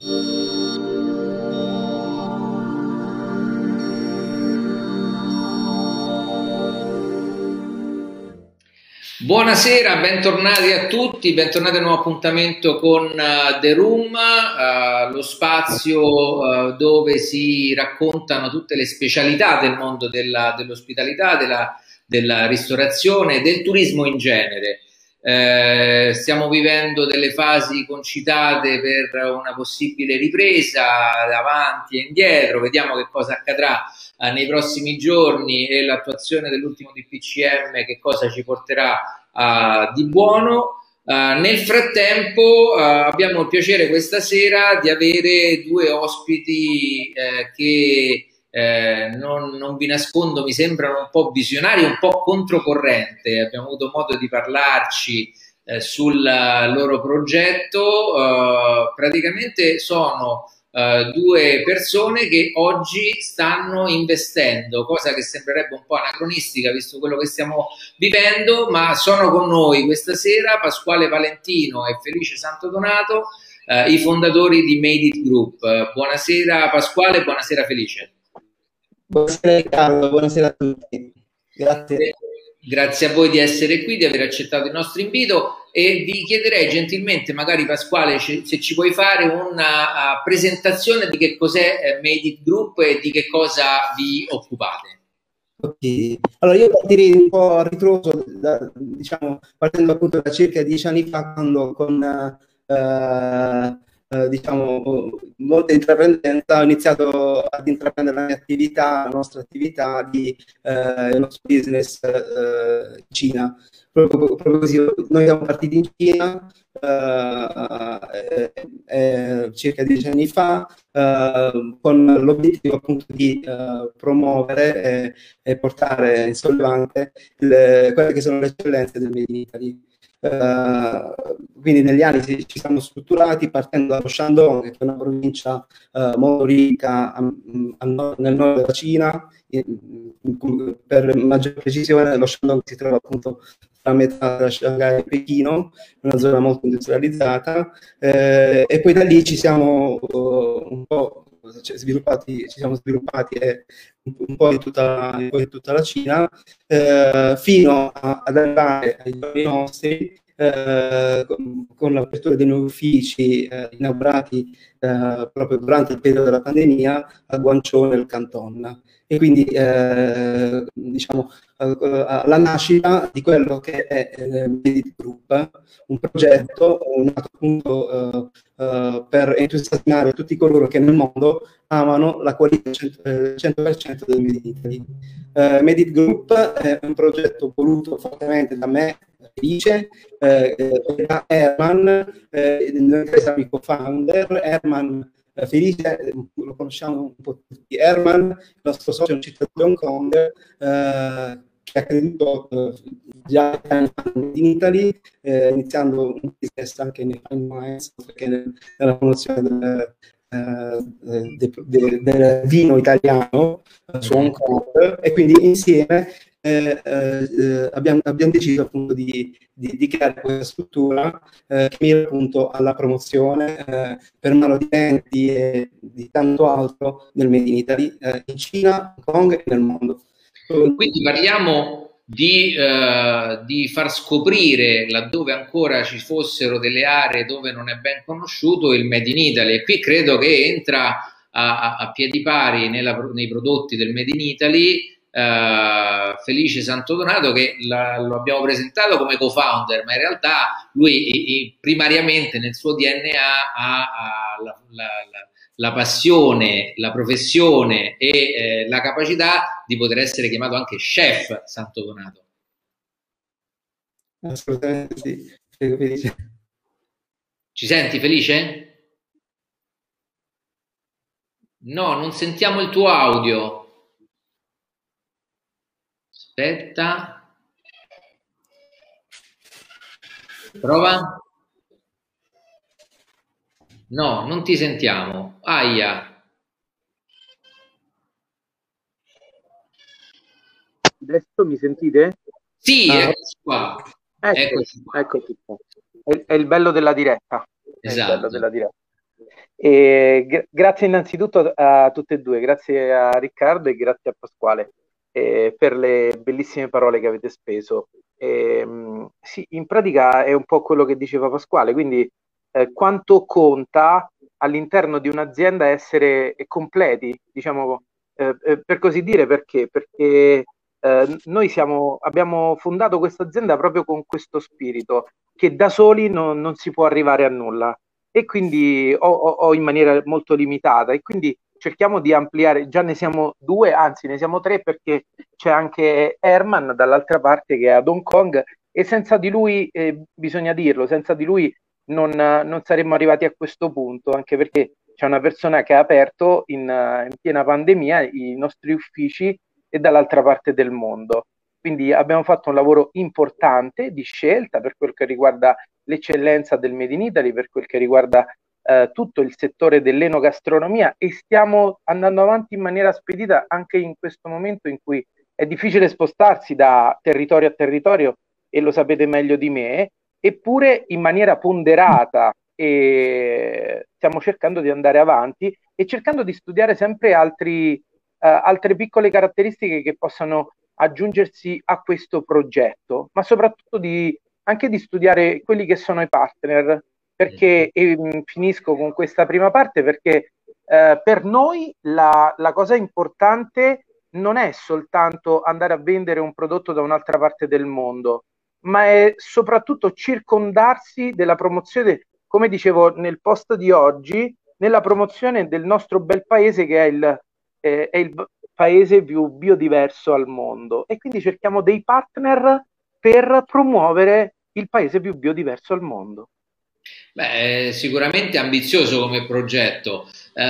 Buonasera, bentornati a tutti, bentornati a un nuovo appuntamento con The Room, lo spazio dove si raccontano tutte le specialità del mondo dell'ospitalità, della ristorazione, del turismo in genere. Stiamo vivendo delle fasi concitate per una possibile ripresa, avanti e indietro, vediamo che cosa accadrà nei prossimi giorni e l'attuazione dell'ultimo DPCM che cosa ci porterà di buono. Nel frattempo abbiamo il piacere questa sera di avere due ospiti che non vi nascondo, mi sembrano un po' visionari, un po' controcorrente. Abbiamo avuto modo di parlarci sul loro progetto. Praticamente sono due persone che oggi stanno investendo, cosa che sembrerebbe un po' anacronistica visto quello che stiamo vivendo, ma sono con noi questa sera Pasquale Valentino e Felice Santodonato, i fondatori di Made It Group. Buonasera Pasquale, buonasera Felice. Buonasera Riccardo, buonasera a tutti. Grazie. Grazie a voi di essere qui, di aver accettato il nostro invito, e vi chiederei gentilmente, magari Pasquale, se ci puoi fare una presentazione di che cos'è Made It Group e di che cosa vi occupate. Ok, allora io partirei un po' a ritroso, diciamo, partendo appunto da circa 10 anni fa, quando con diciamo, molta intraprendenza ho iniziato ad intraprendere la mia attività, la nostra attività di il nostro business in Cina. Proprio così, noi siamo partiti in Cina circa 10 anni fa, con l'obiettivo appunto di promuovere e portare in sollevante quelle che sono le eccellenze del Made in Italy. Quindi negli anni ci siamo strutturati partendo dallo Shandong, che è una provincia molto ricca nel nord della Cina. Per maggior precisione, lo Shandong si trova appunto a metà tra Shanghai e Pechino, una zona molto industrializzata, e poi da lì ci siamo un po' sviluppati un po' in tutta la Cina, fino ad arrivare ai giorni nostri, con l'apertura dei nuovi uffici inaugurati proprio durante il periodo della pandemia a Guangzhou, nel Canton. E quindi diciamo la nascita di quello che è Made It Group, un progetto nato appunto per entusiasmare tutti coloro che nel mondo amano la qualità 100% del Made in Italy. Made It Group è un progetto voluto fortemente da me, Felice, da Herman, noi siamo i co-founder. Herman, Felice lo conosciamo un po' tutti. Herman, il nostro socio, è un cittadino di Hong Kong, che ha creduto già in Italy, iniziando un business anche nei fine wines, perché nella promozione del vino italiano su Hong Kong, e quindi insieme abbiamo deciso appunto di creare questa struttura che mira appunto alla promozione per mano di enti e di tanto altro del Made in Italy in Cina, Hong Kong e nel mondo. Quindi parliamo di far scoprire, laddove ancora ci fossero delle aree dove non è ben conosciuto, il Made in Italy, e qui credo che entra a piedi pari nei prodotti del Made in Italy Felice Santodonato, che lo abbiamo presentato come co-founder, ma in realtà lui primariamente nel suo DNA ha la passione, la professione e la capacità di poter essere chiamato anche chef Santodonato. Assolutamente sì, Felice. Ci senti Felice? No, non sentiamo il tuo audio. Aspetta. Prova. No, non ti sentiamo. Aia. Adesso mi sentite? Sì, eccoci qua. Eccoci qua. È il bello della diretta. Esatto. È il bello della diretta. Grazie innanzitutto a tutte e due, grazie a Riccardo e grazie a Pasquale per le bellissime parole che avete speso. Sì, in pratica è un po' quello che diceva Pasquale, quindi quanto conta all'interno di un'azienda essere completi, diciamo, per così dire, perché? Perché noi abbiamo fondato questa azienda proprio con questo spirito, che da soli non si può arrivare a nulla e quindi o in maniera molto limitata e quindi cerchiamo di ampliare, già ne siamo due, anzi ne siamo tre perché c'è anche Herman dall'altra parte che è ad Hong Kong e senza di lui, bisogna dirlo, senza di lui non saremmo arrivati a questo punto, anche perché c'è una persona che ha aperto in piena pandemia i nostri uffici e dall'altra parte del mondo. Quindi abbiamo fatto un lavoro importante di scelta per quel che riguarda l'eccellenza del Made in Italy, per quel che riguarda tutto il settore dell'enogastronomia e stiamo andando avanti in maniera spedita anche in questo momento in cui è difficile spostarsi da territorio a territorio e lo sapete meglio di me, eppure in maniera ponderata e stiamo cercando di andare avanti e cercando di studiare sempre altre piccole caratteristiche che possano aggiungersi a questo progetto, ma soprattutto anche di studiare quelli che sono i partner, perché finisco con questa prima parte, perché per noi la cosa importante non è soltanto andare a vendere un prodotto da un'altra parte del mondo, ma è soprattutto circondarsi della promozione, come dicevo nel post di oggi, nella promozione del nostro bel paese che è il paese più biodiverso al mondo e quindi cerchiamo dei partner per promuovere il paese più biodiverso al mondo. Beh, è sicuramente ambizioso come progetto.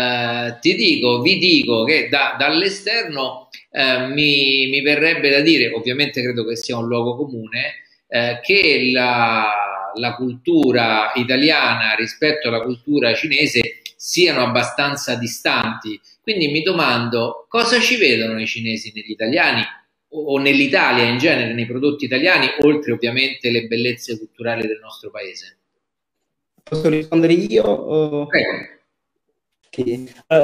Vi dico che dall'esterno mi verrebbe da dire, ovviamente credo che sia un luogo comune, che la cultura italiana rispetto alla cultura cinese siano abbastanza distanti. Quindi mi domando cosa ci vedono i cinesi negli italiani o nell'Italia in genere, nei prodotti italiani, oltre ovviamente le bellezze culturali del nostro paese. Posso rispondere io? Prego. Okay.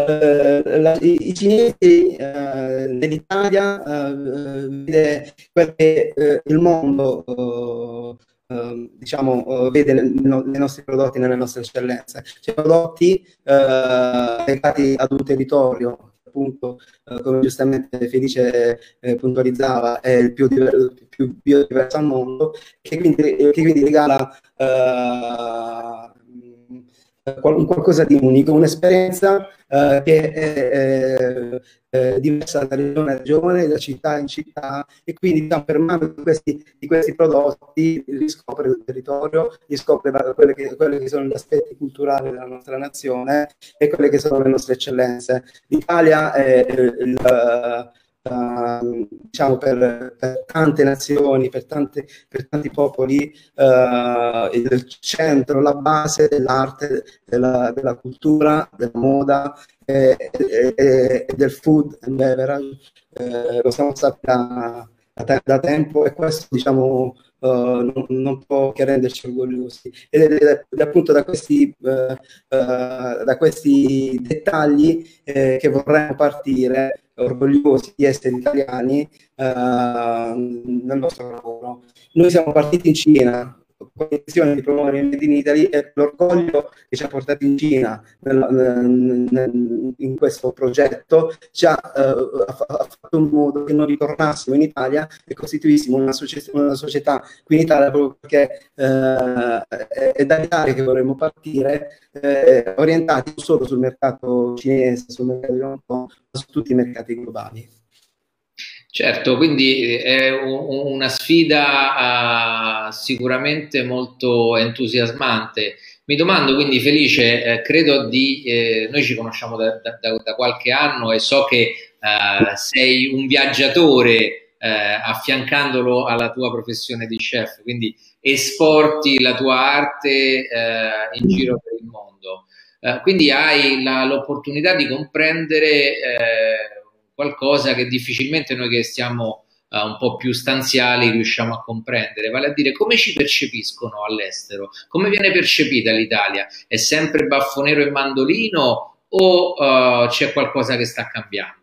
I cinesi nell'Italia vede quel che il mondo diciamo vede nei nostri prodotti, nelle nostre eccellenze, cioè prodotti legati ad un territorio, appunto, come giustamente Felice puntualizzava, è il più biodiverso al mondo, che quindi regala qualcosa di unico, un'esperienza che è diversa da regione a regione, da città in città, e quindi diciamo, per mano di questi prodotti riscopre il territorio, riscopre quelle che sono gli aspetti culturali della nostra nazione e quelle che sono le nostre eccellenze. L'Italia è diciamo per tante nazioni, per tanti popoli, il centro, la base dell'arte, della cultura, della moda e del food and beverage. Lo siamo stati da tempo e questo diciamo non può che renderci orgogliosi ed è appunto da questi dettagli che vorremmo partire orgogliosi di essere italiani nel nostro lavoro. Noi siamo partiti in Cina con l'intenzione di promuovere il Made in Italy e l'orgoglio che ci ha portato in Cina in questo progetto ci ha fatto in modo che noi ritornassimo in Italia e costituissimo una società qui in Italia proprio perché è dall'Italia che vorremmo partire orientati non solo sul mercato cinese, sul mercato di Hong Kong, ma su tutti i mercati globali. Certo, quindi è una sfida sicuramente molto entusiasmante. Mi domando quindi, Felice, noi ci conosciamo da qualche anno e so che sei un viaggiatore affiancandolo alla tua professione di chef, quindi esporti la tua arte in giro per il mondo. Quindi hai l'opportunità di comprendere qualcosa che difficilmente noi che stiamo un po' più stanziali riusciamo a comprendere, vale a dire come ci percepiscono all'estero, come viene percepita l'Italia, è sempre baffonero e mandolino o c'è qualcosa che sta cambiando?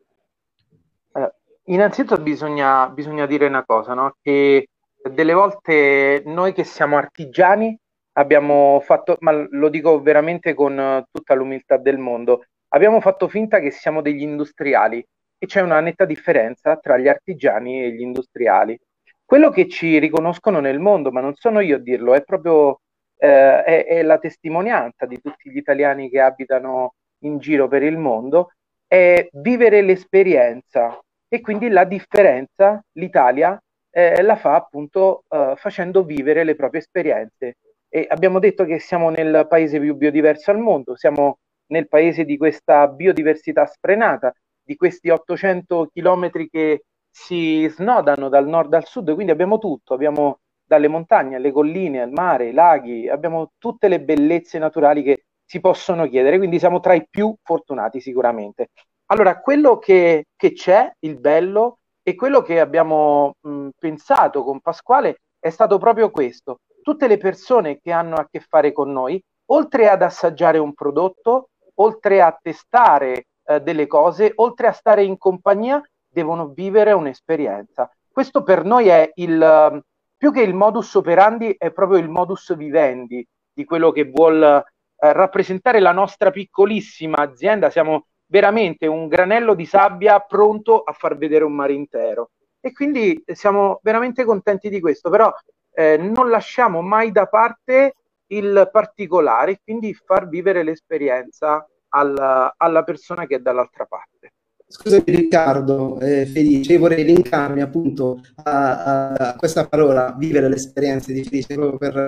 Innanzitutto bisogna dire una cosa, no? Che delle volte noi che siamo artigiani abbiamo fatto, ma lo dico veramente con tutta l'umiltà del mondo, abbiamo fatto finta che siamo degli industriali e c'è una netta differenza tra gli artigiani e gli industriali. Quello che ci riconoscono nel mondo, ma non sono io a dirlo, è proprio è la testimonianza di tutti gli italiani che abitano in giro per il mondo, è vivere l'esperienza e quindi la differenza l'Italia la fa appunto facendo vivere le proprie esperienze. E abbiamo detto che siamo nel paese più biodiverso al mondo, siamo nel paese di questa biodiversità sfrenata, di questi 800 chilometri che si snodano dal nord al sud, quindi abbiamo tutto, abbiamo dalle montagne alle colline, al mare, ai laghi, abbiamo tutte le bellezze naturali che si possono chiedere, quindi siamo tra i più fortunati sicuramente. Allora, quello che c'è, il bello, e quello che abbiamo pensato con Pasquale è stato proprio questo. Tutte le persone che hanno a che fare con noi, oltre ad assaggiare un prodotto, oltre a testare delle cose, oltre a stare in compagnia, devono vivere un'esperienza. Questo per noi è più che il modus operandi, è proprio il modus vivendi di quello che vuol rappresentare la nostra piccolissima azienda. Siamo veramente un granello di sabbia pronto a far vedere un mare intero. E quindi siamo veramente contenti di questo, però non lasciamo mai da parte il particolare, quindi far vivere l'esperienza alla persona che è dall'altra parte. Scusami Riccardo, Felice, io vorrei linkarmi appunto a questa parola, vivere l'esperienza di Felice, proprio per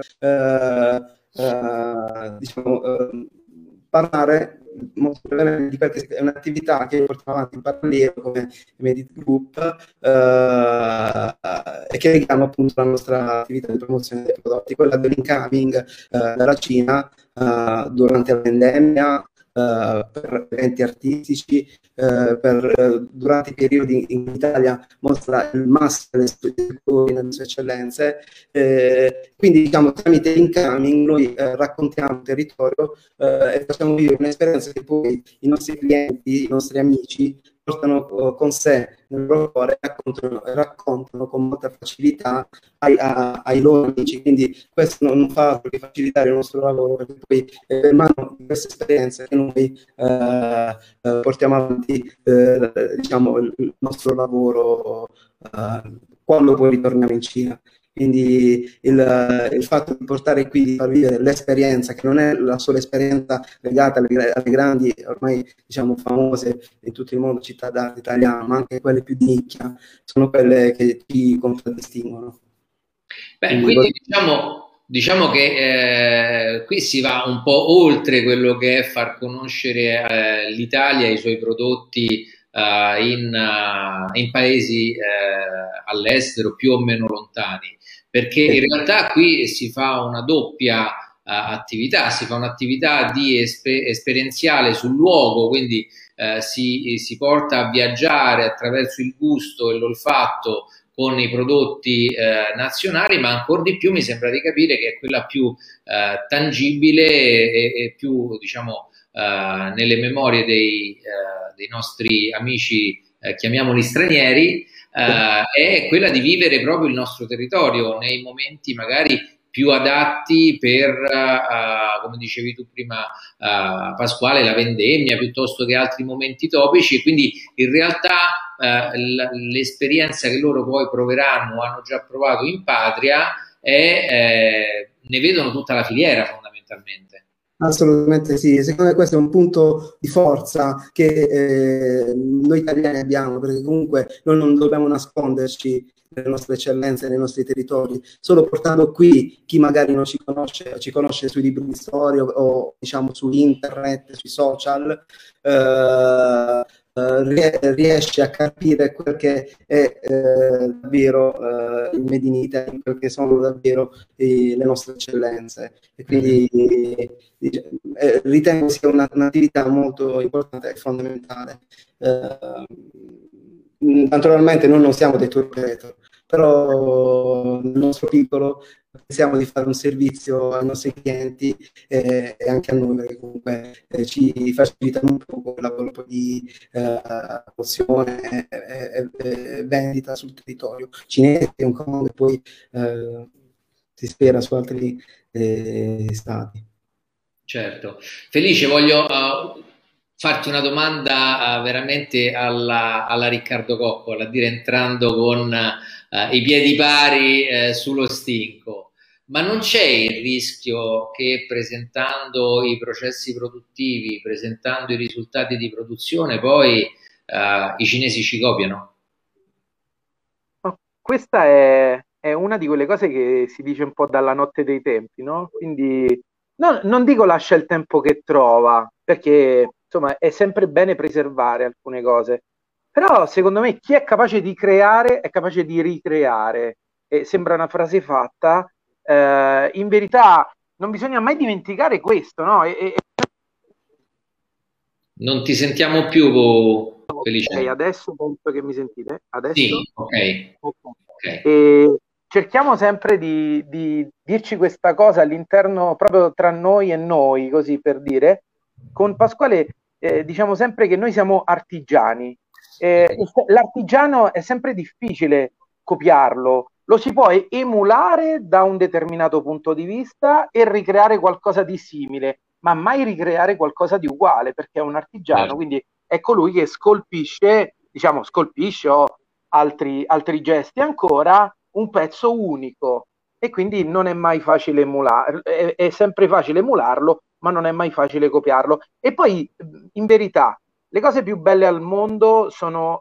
diciamo, parlare molto brevemente di quella che è un'attività che io porto avanti in parallelo come Medit Group e che leghiamo appunto alla nostra attività di promozione dei prodotti, quella dell'incoming dalla Cina durante la pandemia, per eventi artistici, durante i periodi in cui l'Italia mostra il massimo delle sue eccellenze. Quindi diciamo tramite l'incoming noi raccontiamo il territorio e facciamo vivere un'esperienza che poi i nostri clienti, i nostri amici portano con sé nel loro cuore e raccontano con molta facilità ai loro amici. Quindi questo non fa altro che facilitare il nostro lavoro, perché poi è per mano di queste esperienze che noi portiamo avanti diciamo, il nostro lavoro quando poi ritorniamo in Cina. Quindi il fatto di portare qui, di far vivere l'esperienza, che non è la sola esperienza legata alle grandi, ormai diciamo famose in tutto il mondo città d'arte italiane, ma anche quelle più di nicchia, sono quelle che ci contraddistinguono. Beh, quindi diciamo che qui si va un po' oltre quello che è far conoscere l'Italia e i suoi prodotti in paesi all'estero più o meno lontani, perché in realtà qui si fa una doppia attività, si fa un'attività di esperienziale sul luogo, quindi si porta a viaggiare attraverso il gusto e l'olfatto con i prodotti nazionali, ma ancora di più mi sembra di capire che è quella più tangibile e più, diciamo, nelle memorie dei nostri amici, chiamiamoli stranieri, è quella di vivere proprio il nostro territorio nei momenti magari più adatti per, come dicevi tu prima, Pasquale, la vendemmia piuttosto che altri momenti topici. Quindi in realtà l'esperienza che loro poi proveranno o hanno già provato in patria ne vedono tutta la filiera fondamentalmente. Assolutamente sì, secondo me questo è un punto di forza che noi italiani abbiamo, perché comunque noi non dobbiamo nasconderci nelle nostre eccellenze, nei nostri territori, solo portando qui chi magari non ci conosce sui libri di storia o diciamo su internet, sui social, riesce a capire quel che è davvero il Made in Italy, quel che sono davvero le nostre eccellenze. E quindi ritengo sia un'attività molto importante e fondamentale. naturalmente noi non siamo dei tour operator, però nel nostro piccolo pensiamo di fare un servizio ai nostri clienti e anche a noi, perché comunque ci facilitano un po' il lavoro di promozione e vendita sul territorio cinese, Hong Kong, e poi si spera su altri stati. Certo. Felice, voglio farti una domanda veramente alla Riccardo Coccola, a dire entrando con i piedi pari sullo stinco. Ma non c'è il rischio che presentando i processi produttivi, presentando i risultati di produzione, poi i cinesi ci copiano? Questa è una di quelle cose che si dice un po' dalla notte dei tempi, no? Quindi non dico lascia il tempo che trova, perché insomma è sempre bene preservare alcune cose, però secondo me chi è capace di creare è capace di ricreare. E sembra una frase fatta, in verità non bisogna mai dimenticare questo, no? Non ti sentiamo più, Felice. Ok, adesso penso che mi sentite. Adesso? Sì, ok. Okay. E cerchiamo sempre di dirci questa cosa all'interno, proprio tra noi e noi, così per dire. Con Pasquale diciamo sempre che noi siamo artigiani. L'artigiano è sempre difficile copiarlo, lo si può emulare da un determinato punto di vista e ricreare qualcosa di simile, ma mai ricreare qualcosa di uguale, perché è un artigiano, quindi è colui che scolpisce, diciamo, scolpisce o altri gesti ancora, un pezzo unico. E quindi non è mai facile emularlo, è sempre facile emularlo, ma non è mai facile copiarlo. E poi, in verità, le cose più belle al mondo sono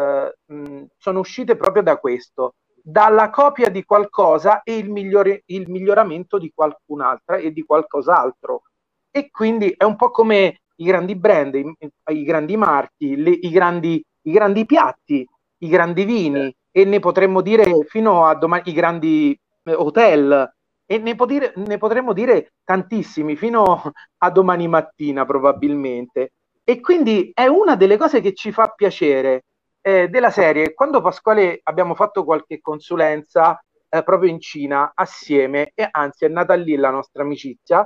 uscite proprio da questo, dalla copia di qualcosa e il miglioramento di qualcun'altra e di qualcos'altro. E quindi è un po' come i grandi brand, i grandi marchi, i grandi piatti, i grandi vini, e ne potremmo dire fino a domani i grandi hotel, e ne potremmo dire tantissimi fino a domani mattina probabilmente. E quindi è una delle cose che ci fa piacere della serie. Quando Pasquale abbiamo fatto qualche consulenza proprio in Cina assieme, e anzi è nata lì la nostra amicizia,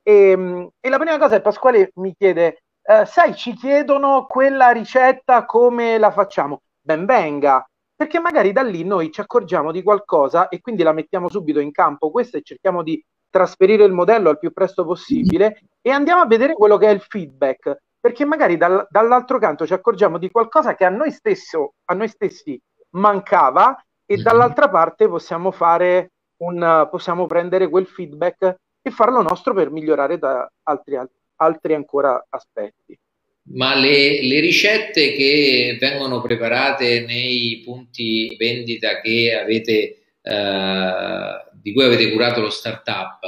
e la prima cosa è Pasquale mi chiede, sai, ci chiedono quella ricetta, come la facciamo? Ben venga, perché magari da lì noi ci accorgiamo di qualcosa e quindi la mettiamo subito in campo questa e cerchiamo di trasferire il modello al più presto possibile e andiamo a vedere quello che è il feedback, perché magari dall'altro canto ci accorgiamo di qualcosa che a noi stessi mancava, e dall'altra parte possiamo prendere quel feedback e farlo nostro per migliorare da altri ancora aspetti. Ma le ricette che vengono preparate nei punti vendita che avete, di cui avete curato lo startup,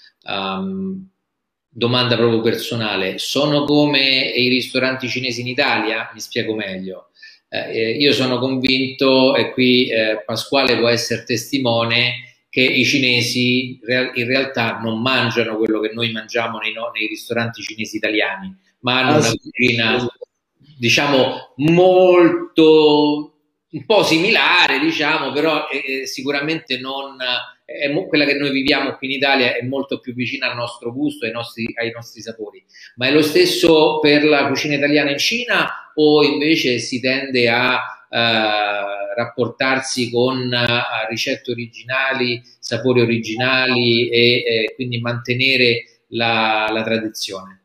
domanda proprio personale, sono come i ristoranti cinesi in Italia? Mi spiego meglio. Io sono convinto, e qui Pasquale può essere testimone, che i cinesi in realtà non mangiano quello che noi mangiamo nei ristoranti cinesi italiani, ma hanno una cucina, diciamo, molto, un po' similare, diciamo, però sicuramente non quella che noi viviamo qui in Italia è molto più vicina al nostro gusto, ai nostri sapori. Ma è lo stesso per la cucina italiana in Cina, o invece si tende a rapportarsi con ricette originali, sapori originali e quindi mantenere la tradizione?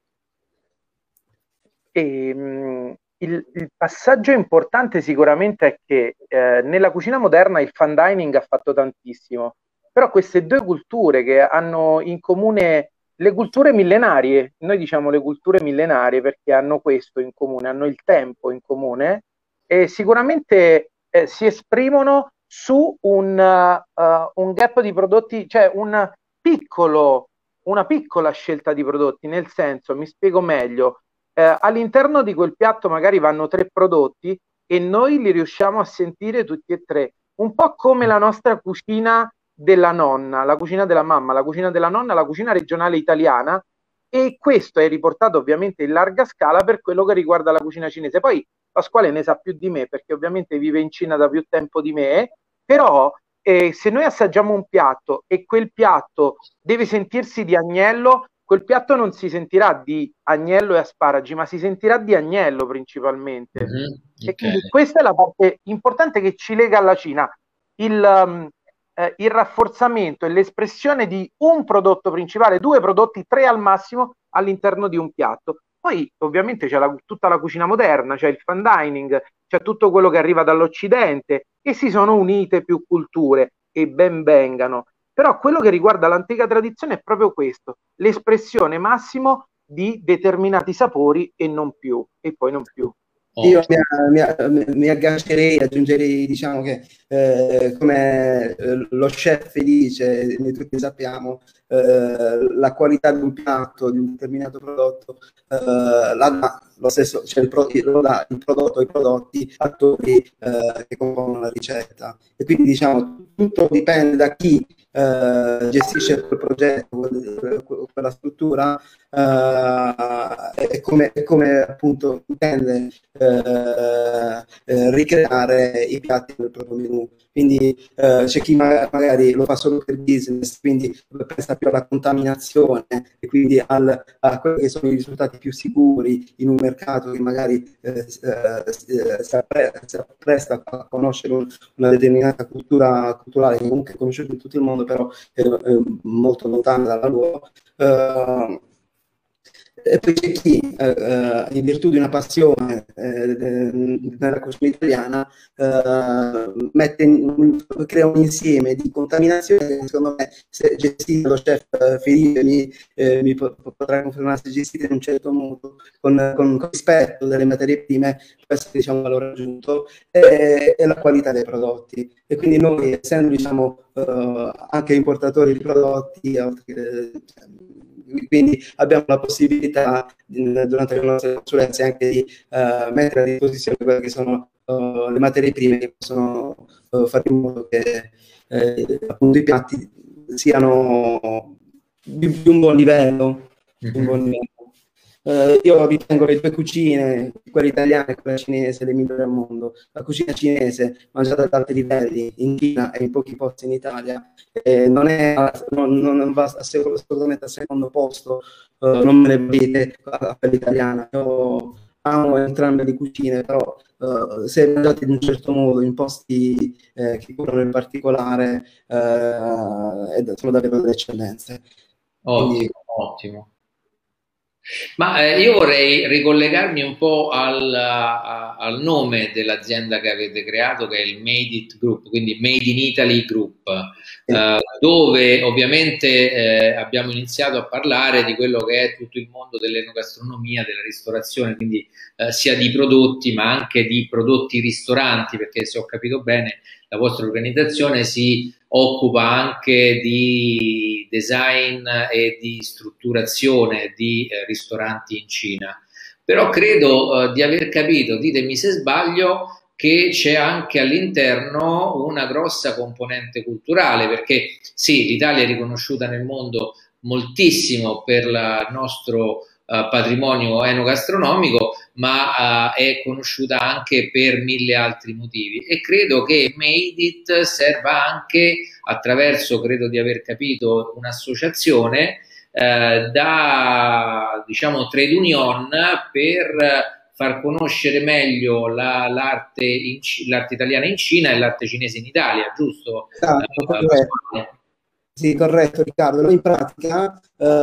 Il passaggio importante sicuramente è che nella cucina moderna il fine dining ha fatto tantissimo, però queste due culture che hanno in comune, le culture millenarie, noi diciamo le culture millenarie perché hanno questo in comune, hanno il tempo in comune, e sicuramente si esprimono su un gap di prodotti, cioè una piccola scelta di prodotti, nel senso, mi spiego meglio, all'interno di quel piatto magari vanno 3 prodotti e noi li riusciamo a sentire tutti e 3, un po' come la nostra cucina della nonna, la cucina della mamma, la cucina della nonna, la cucina regionale italiana, e questo è riportato ovviamente in larga scala per quello che riguarda la cucina cinese. Poi Pasquale ne sa più di me perché ovviamente vive in Cina da più tempo di me, però se noi assaggiamo un piatto e quel piatto deve sentirsi di agnello, quel piatto non si sentirà di agnello e asparagi, ma si sentirà di agnello principalmente. E quindi questa è la parte importante che ci lega alla Cina, il rafforzamento e l'espressione di un prodotto principale, 2 prodotti, 3 al massimo all'interno di un piatto. Poi ovviamente c'è tutta la cucina moderna, c'è il fine dining, c'è tutto quello che arriva dall'Occidente e si sono unite più culture e ben vengano. Però quello che riguarda l'antica tradizione è proprio questo, l'espressione massimo di determinati sapori e non più, e poi non più. Io mi aggancerei, aggiungerei, diciamo che come lo chef dice, noi tutti sappiamo, la qualità di un piatto, di un determinato prodotto, la dà lo stesso, cioè lo dà il prodotto, i prodotti, attori che compongono la ricetta. E quindi diciamo tutto dipende da chi gestisce quel progetto, quella struttura, e come appunto intende ricreare i piatti del proprio menù. Quindi c'è chi magari lo fa solo per business, quindi pensa più alla contaminazione e quindi a quelli che sono i risultati più sicuri in un mercato che magari si appresta a conoscere una determinata culturale che comunque è conosciuta in tutto il mondo, però è molto lontana dalla loro. E poi c'è chi, in virtù di una passione nella cucina italiana, crea un insieme di contaminazione che secondo me, se gestito lo chef Felipe mi potrà confermare, se gestito in un certo modo, con rispetto delle materie prime, può essere, diciamo, un valore aggiunto, e la qualità dei prodotti. E quindi noi, essendo, diciamo, anche importatori di prodotti, quindi abbiamo la possibilità durante le nostre consulenze anche di mettere a disposizione quelle che sono le materie prime che possono fare in modo che appunto i piatti siano di un buon livello. Un buon livello. Io ritengo le due cucine, quella italiana e quella cinese, le migliori al mondo. La cucina cinese, mangiata ad alti livelli in Cina e in pochi posti in Italia, non va assolutamente al secondo posto, non me ne vedete a quella italiana. Io amo entrambe le cucine, però se mangiate in un certo modo, in posti che curano in particolare, sono davvero delle eccellenze. Ottimo, quindi, ottimo. Ma io vorrei ricollegarmi un po' al nome dell'azienda che avete creato, che è il Made It Group, quindi Made in Italy Group, dove ovviamente abbiamo iniziato a parlare di quello che è tutto il mondo dell'enogastronomia, della ristorazione, quindi sia di prodotti ma anche di prodotti ristoranti, perché se ho capito bene la vostra organizzazione si occupa anche di design e di strutturazione di ristoranti in Cina. Però credo di aver capito, ditemi se sbaglio, che c'è anche all'interno una grossa componente culturale, perché sì, l'Italia è riconosciuta nel mondo moltissimo per il nostro patrimonio enogastronomico, ma è conosciuta anche per 1000 altri motivi, e credo che Made It serva anche attraverso, credo di aver capito, un'associazione da, diciamo, trade union per far conoscere meglio l'arte italiana in Cina e l'arte cinese in Italia, giusto? Sì, corretto Riccardo. Noi in pratica,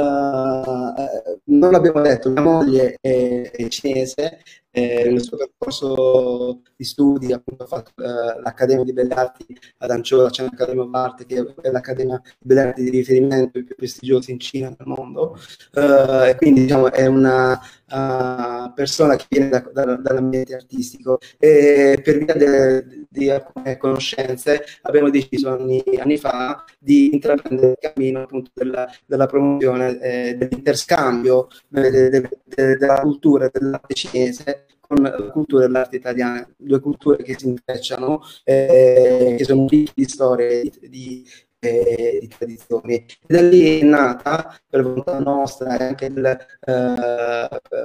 non l'abbiamo detto, mia moglie è cinese, nel suo percorso di studi appunto ha fatto l'Accademia di Belle Arti ad Anciola, c'è l'Accademia of Art che è l'Accademia di Belle Arti di riferimento più prestigiosa in Cina e nel mondo, e quindi diciamo è una persona che viene dall'ambiente artistico, e per via di alcune conoscenze abbiamo deciso anni fa di intraprendere il cammino appunto della promozione, dell'interscambio della cultura dell'arte cinese con la cultura dell'arte italiana, due culture che si intrecciano, che sono ricche di storie, di tradizioni. E da lì è nata, per volontà nostra e anche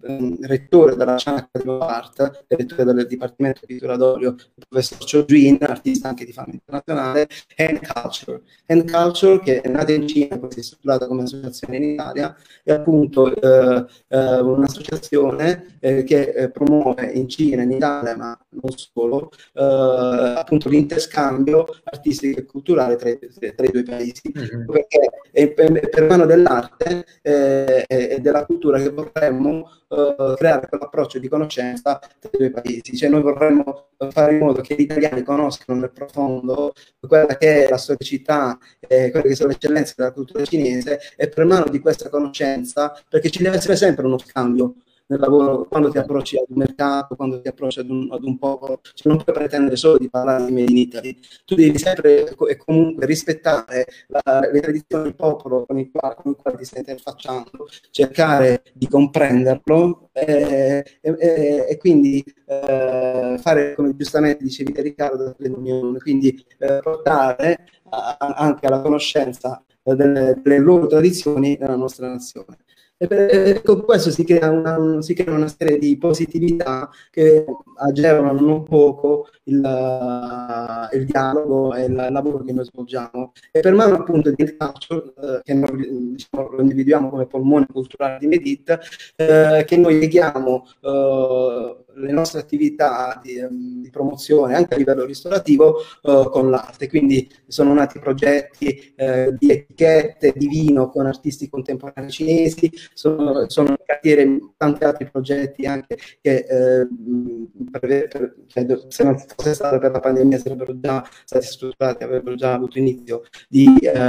rettore della Chan Academy of Art, rettore del Dipartimento di Pittura d'olio, il professor Cho Jin, artista anche di fama internazionale, Hand Culture, che è nata in Cina, poi si è strutturata come associazione in Italia, è appunto un'associazione che promuove in Cina, in Italia, ma non solo, appunto l'interscambio artistico e culturale tra i due paesi, perché è per mano dell'arte e della cultura che vorremmo creare quell'approccio di conoscenza tra i due paesi, cioè noi vorremmo fare in modo che gli italiani conoscano nel profondo quella che è la storicità, quelle che sono le eccellenze della cultura cinese, e per mano di questa conoscenza, perché ci deve essere sempre uno scambio nel lavoro, quando ti approcci ad un mercato, quando ti approcci ad un popolo, cioè non puoi pretendere solo di parlare di Made in Italy, tu devi sempre e comunque rispettare le tradizioni del popolo con il quale ti stai interfacciando, cercare di comprenderlo e quindi fare, come giustamente dicevi Riccardo, dell'unione, quindi portare anche alla conoscenza delle loro tradizioni nella nostra nazione. E con questo si crea una serie di positività che agevolano non poco il dialogo e il lavoro che noi svolgiamo. E per mano appunto di Culture, che noi diciamo, lo individuiamo come polmone culturale di Medit, che noi leghiamo le nostre attività di promozione anche a livello ristorativo con l'arte. Quindi sono nati progetti di etichette di vino con artisti contemporanei cinesi, sono in cantiere tanti altri progetti anche che se non fosse stato per la pandemia sarebbero già stati strutturati, avrebbero già avuto inizio, di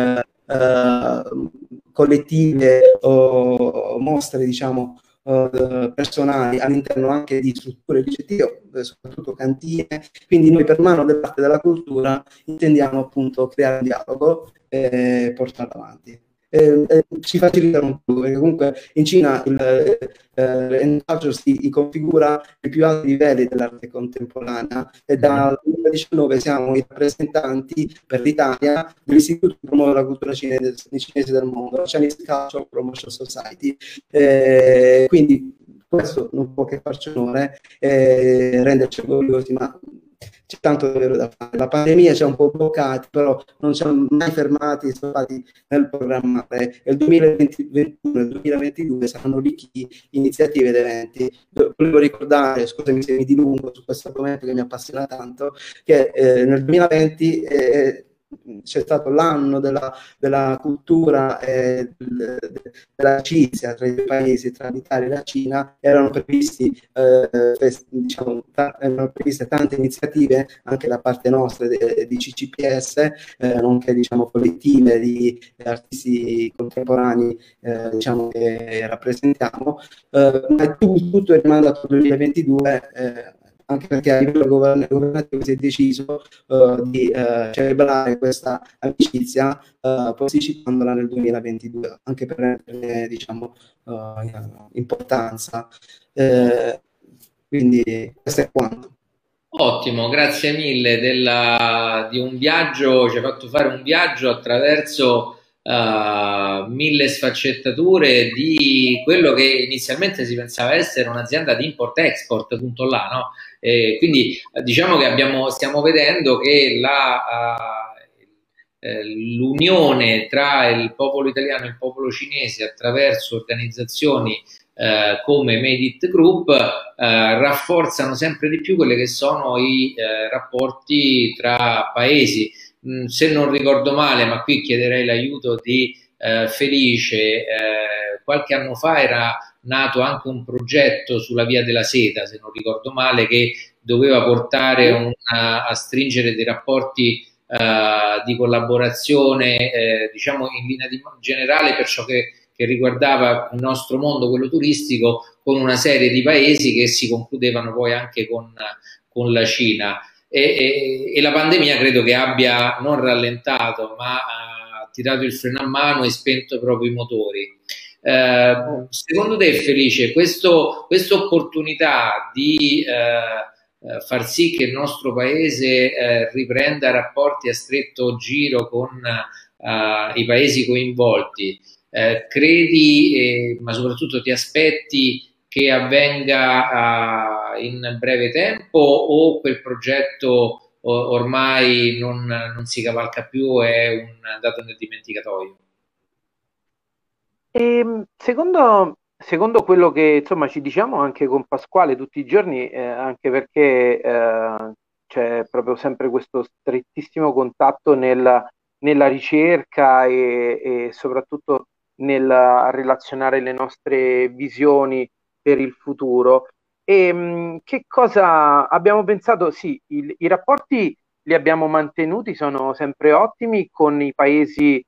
collettive o mostre, diciamo, personali all'interno anche di strutture ricettive, soprattutto cantine. Quindi noi per mano dell'arte e della cultura intendiamo appunto creare un dialogo e portarlo avanti. Ci facilitano un po', perché comunque in Cina il culture si configura i più alti livelli dell'arte contemporanea e dal 2019 siamo i rappresentanti per l'Italia dell'Istituto che promuove la cultura cinese del mondo, la Chinese Cultural Promotion Society. Quindi questo non può che farci onore e renderci orgogliosi, ma c'è tanto davvero da fare. La pandemia ci ha un po' bloccati, però non ci hanno mai fermati, sono stati nel programmare. E il 2021 e il 2022 saranno ricchi iniziative ed eventi. Volevo ricordare, scusami se mi dilungo su questo argomento che mi appassiona tanto, che nel 2020 c'è stato l'anno della cultura e dell'amicizia tra i due paesi, tra l'Italia e la Cina. Erano previste tante iniziative anche da parte nostra di CCPS, nonché diciamo collettive di artisti contemporanei diciamo che rappresentiamo, ma tutto è rimandato al 2022, anche perché a livello governativo si è deciso di celebrare questa amicizia posticipandola nel 2022, anche per renderne diciamo, importanza. Quindi questo è quanto. Ottimo, grazie mille di un viaggio, ci hai fatto fare un viaggio attraverso mille sfaccettature di quello che inizialmente si pensava essere un'azienda di import-export, punto là, no? Quindi diciamo che stiamo vedendo che l'unione tra il popolo italiano e il popolo cinese attraverso organizzazioni come Made It Group rafforzano sempre di più quelli che sono i rapporti tra paesi. Se non ricordo male, ma qui chiederei l'aiuto di Felice, qualche anno fa era nato anche un progetto sulla Via della Seta, se non ricordo male, che doveva portare a stringere dei rapporti di collaborazione, diciamo in linea generale per ciò che riguardava il nostro mondo, quello turistico, con una serie di paesi che si concludevano poi anche con la Cina. E la pandemia credo che abbia non rallentato, ma ha tirato il freno a mano e spento proprio i motori. Secondo te, Felice, questa opportunità di far sì che il nostro paese riprenda rapporti a stretto giro con i paesi coinvolti, credi, ma soprattutto ti aspetti che avvenga in breve tempo, o quel progetto ormai non si cavalca più, è andato nel dimenticatoio? Secondo quello che insomma ci diciamo anche con Pasquale tutti i giorni, anche perché c'è proprio sempre questo strettissimo contatto nella ricerca e soprattutto nel relazionare le nostre visioni per il futuro. Che cosa abbiamo pensato? Sì, i rapporti li abbiamo mantenuti, sono sempre ottimi con i paesi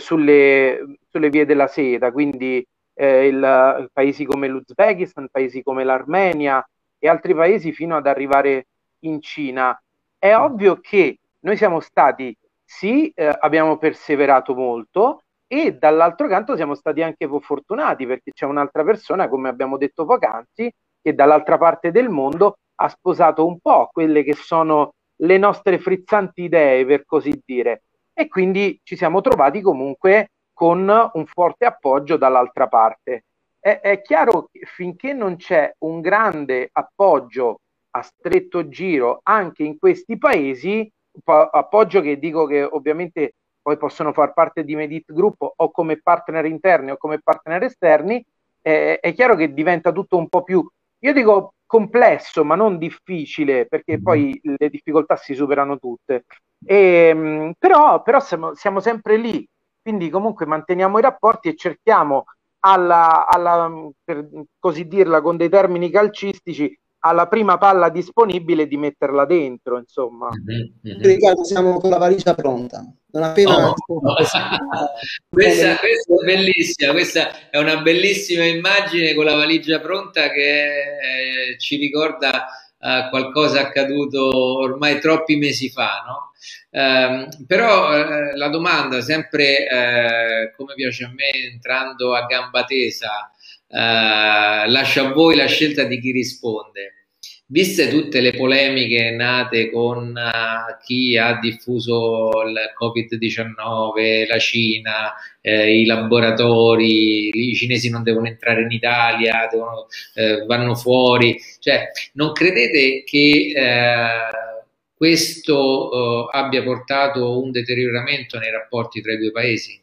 sulle vie della seta, quindi paesi come l'Uzbekistan, paesi come l'Armenia e altri paesi fino ad arrivare in Cina. È ovvio che noi siamo stati, sì, abbiamo perseverato molto e dall'altro canto siamo stati anche fortunati perché c'è un'altra persona, come abbiamo detto poc'anzi, che dall'altra parte del mondo ha sposato un po' quelle che sono le nostre frizzanti idee, per così dire. E quindi ci siamo trovati comunque con un forte appoggio dall'altra parte. È chiaro che finché non c'è un grande appoggio a stretto giro anche in questi paesi, appoggio che dico che ovviamente poi possono far parte di Medit Group o come partner interni o come partner esterni, è chiaro che diventa tutto un po' più, io dico complesso, ma non difficile, perché poi le difficoltà si superano tutte. Però siamo sempre lì, quindi comunque manteniamo i rapporti e cerchiamo per così dirla con dei termini calcistici, alla prima palla disponibile di metterla dentro, insomma. Riccardo, siamo con la valigia pronta. Non appena questa è bellissima, questa è una bellissima immagine con la valigia pronta che ci ricorda qualcosa accaduto ormai troppi mesi fa, no? Però la domanda, sempre come piace a me, entrando a gamba tesa, lascio a voi la scelta di chi risponde. Viste tutte le polemiche nate con chi ha diffuso il Covid-19, la Cina, i laboratori, i cinesi non devono entrare in Italia, vanno fuori, cioè non credete che questo abbia portato un deterioramento nei rapporti tra i due paesi?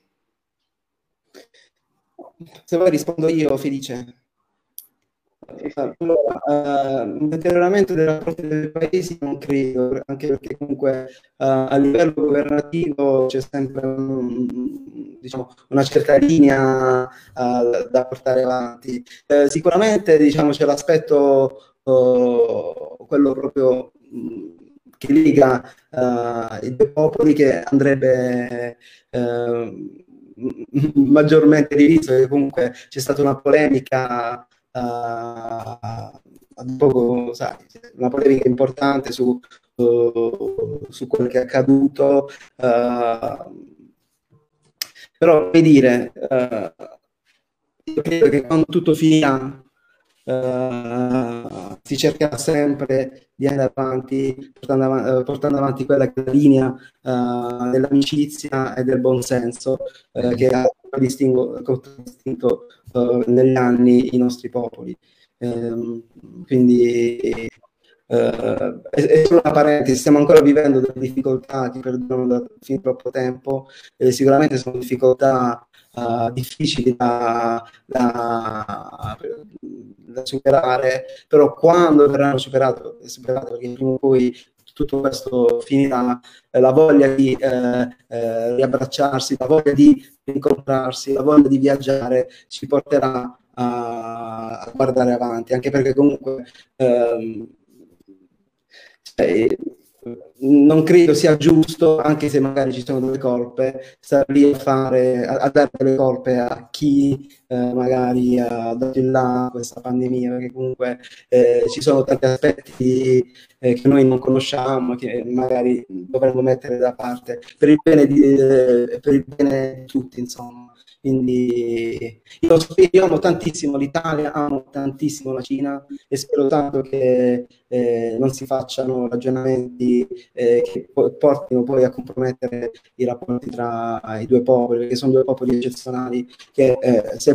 Se vuoi rispondo io, Felice. Allora, un deterioramento dei rapporti dei paesi non credo, anche perché comunque a livello governativo c'è sempre diciamo, una certa linea da portare avanti. Sicuramente diciamo, c'è l'aspetto quello proprio che lega i due popoli, che andrebbe maggiormente rivisto, perché comunque c'è stata una polemica poco, sai, una polemica importante su quello che è accaduto, però come dire, io credo che quando tutto finirà si cercherà sempre di andare avanti portando avanti quella che è la linea dell'amicizia e del buonsenso che ha contraddistinto negli anni i nostri popoli. Quindi è solo una parentesi, stiamo ancora vivendo delle difficoltà che perdurano da fin troppo tempo, sicuramente sono difficoltà difficili da superare, però quando verranno superate, perché prima o poi tutto questo finirà, la voglia di riabbracciarsi, la voglia di incontrarsi, la voglia di viaggiare ci porterà a guardare avanti, anche perché comunque non credo sia giusto, anche se magari ci sono delle colpe, stare lì a dare delle colpe a chi magari ha dato in là questa pandemia, perché comunque ci sono tanti aspetti che noi non conosciamo, che magari dovremmo mettere da parte per il bene di tutti, insomma. Quindi io amo tantissimo l'Italia, amo tantissimo la Cina e spero tanto che non si facciano ragionamenti che portino poi a compromettere i rapporti tra i due popoli, perché sono due popoli eccezionali che se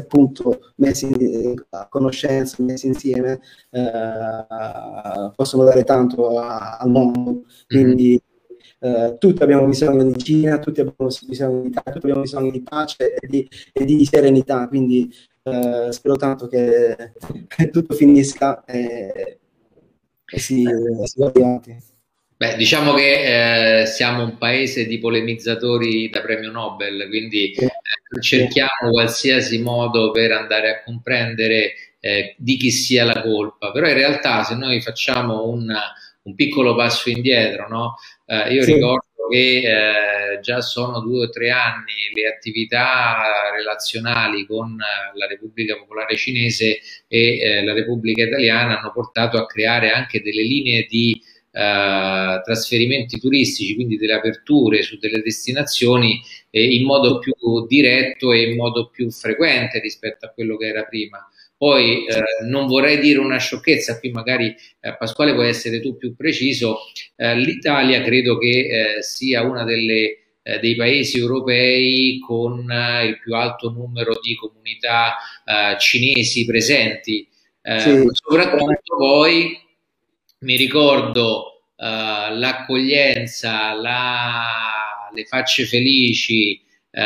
appunto messi a conoscenza, messi insieme, possono dare tanto al mondo. Quindi tutti abbiamo bisogno di Cina, tutti abbiamo bisogno di Italia, tutti abbiamo bisogno di pace e di serenità. Quindi spero tanto che tutto finisca e si vada avanti. Beh, diciamo che siamo un paese di polemizzatori da premio Nobel, quindi cerchiamo qualsiasi modo per andare a comprendere di chi sia la colpa, però in realtà se noi facciamo un piccolo passo indietro, no? Io ricordo che già sono 2 o 3 anni le attività relazionali con la Repubblica Popolare Cinese e la Repubblica Italiana hanno portato a creare anche delle linee di trasferimenti turistici, quindi delle aperture su delle destinazioni in modo più diretto e in modo più frequente rispetto a quello che era prima. Poi non vorrei dire una sciocchezza, qui magari Pasquale puoi essere tu più preciso, l'Italia credo che sia una dei paesi europei con il più alto numero di comunità cinesi presenti, soprattutto poi mi ricordo l'accoglienza, le facce felici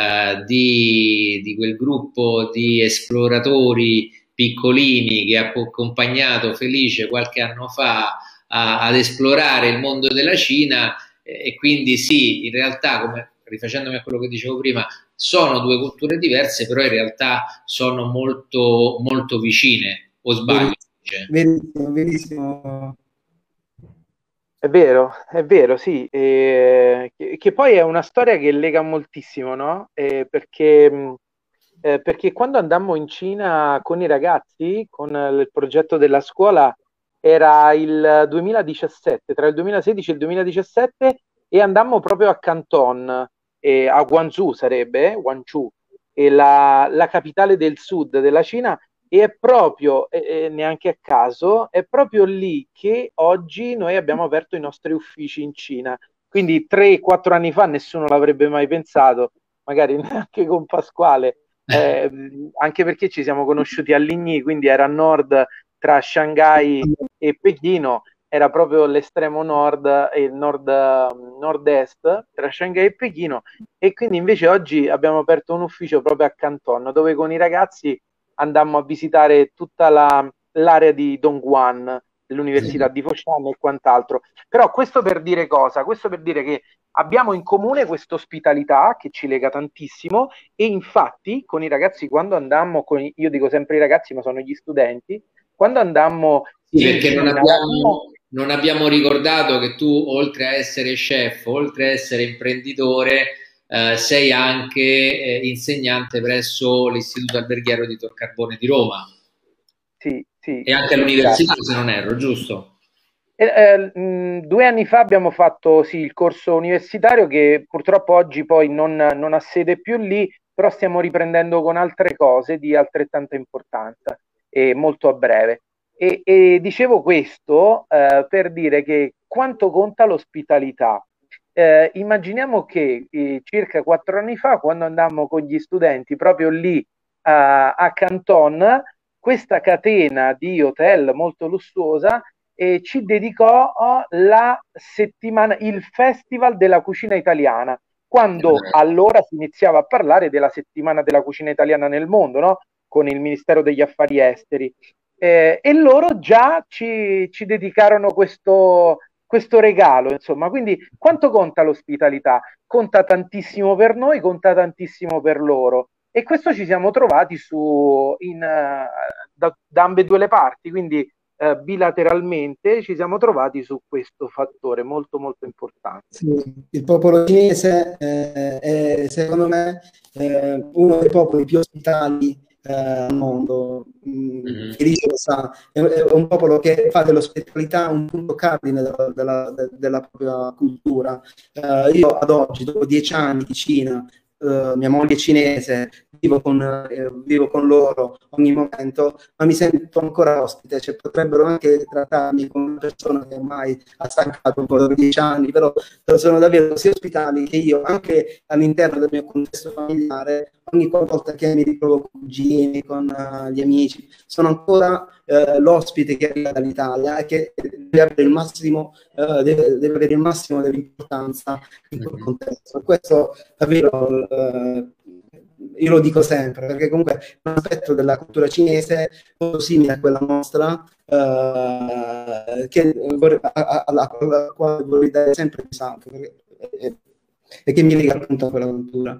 di quel gruppo di esploratori piccolini che ha accompagnato Felice qualche anno fa ad esplorare il mondo della Cina, e quindi sì, in realtà, come rifacendomi a quello che dicevo prima, sono 2 culture diverse, però in realtà sono molto, molto vicine, o sbaglio? Verissimo, verissimo. È vero, sì, che poi è una storia che lega moltissimo, no? Perché quando andammo in Cina con i ragazzi, con il progetto della scuola, era il 2017, tra il 2016 e il 2017, e andammo proprio a Canton, a Guangzhou sarebbe, Guangzhou, e la capitale del sud della Cina, e è proprio, neanche a caso, è proprio lì che oggi noi abbiamo aperto i nostri uffici in Cina. Quindi 3-4 anni fa nessuno l'avrebbe mai pensato, magari neanche con Pasquale, anche perché ci siamo conosciuti a Ligny, quindi era a nord tra Shanghai e Pechino, era proprio l'estremo nord e il nord-est tra Shanghai e Pechino, e quindi invece oggi abbiamo aperto un ufficio proprio a Canton, dove con i ragazzi andammo a visitare tutta l'area di Dongguan, dell'Università di Foshan e quant'altro. Però questo per dire cosa? Questo per dire che abbiamo in comune questa ospitalità che ci lega tantissimo, e infatti con i ragazzi, quando andammo, io dico sempre i ragazzi ma sono gli studenti, quando andammo perché non abbiamo ricordato che tu, oltre a essere chef, oltre a essere imprenditore, sei anche insegnante presso l'Istituto Alberghiero di Tor Carbone di Roma. Sì, e anche all'università, se non erro, giusto? 2 anni fa abbiamo fatto il corso universitario, che purtroppo oggi poi non ha sede più lì, però stiamo riprendendo con altre cose di altrettanta importanza e molto a breve. E dicevo questo per dire che quanto conta l'ospitalità. Immaginiamo che circa 4 anni fa, quando andammo con gli studenti proprio lì a Canton, questa catena di hotel molto lussuosa ci dedicò il Festival della cucina italiana, quando allora si iniziava a parlare della settimana della cucina italiana nel mondo, no? Con il Ministero degli Affari Esteri. E loro già ci dedicarono questo regalo, insomma. Quindi quanto conta l'ospitalità? Conta tantissimo per noi, conta tantissimo per loro. E questo ci siamo trovati da ambedue le parti, quindi bilateralmente ci siamo trovati su questo fattore molto molto importante. Sì, il popolo cinese è secondo me uno dei popoli più ospitali al mondo. Felice lo sa, è un popolo che fa dell'ospitalità un punto cardine della propria cultura. Io ad oggi, dopo 10 anni di Cina, mia moglie è cinese, vivo con loro ogni momento, ma mi sento ancora ospite, cioè potrebbero anche trattarmi come una persona che ormai ha stancato un po' da 10 anni, però sono davvero così ospitali che io, anche all'interno del mio contesto familiare, ogni volta che mi ritrovo con i cugini, con gli amici, sono ancora l'ospite che arriva dall'Italia e che deve avere il massimo, deve avere il massimo dell'importanza in quel contesto. Questo davvero io lo dico sempre, perché comunque è un aspetto della cultura cinese molto simile a quella nostra, alla quale vorrei dare sempre più sangue, e che mi lega appunto a quella cultura.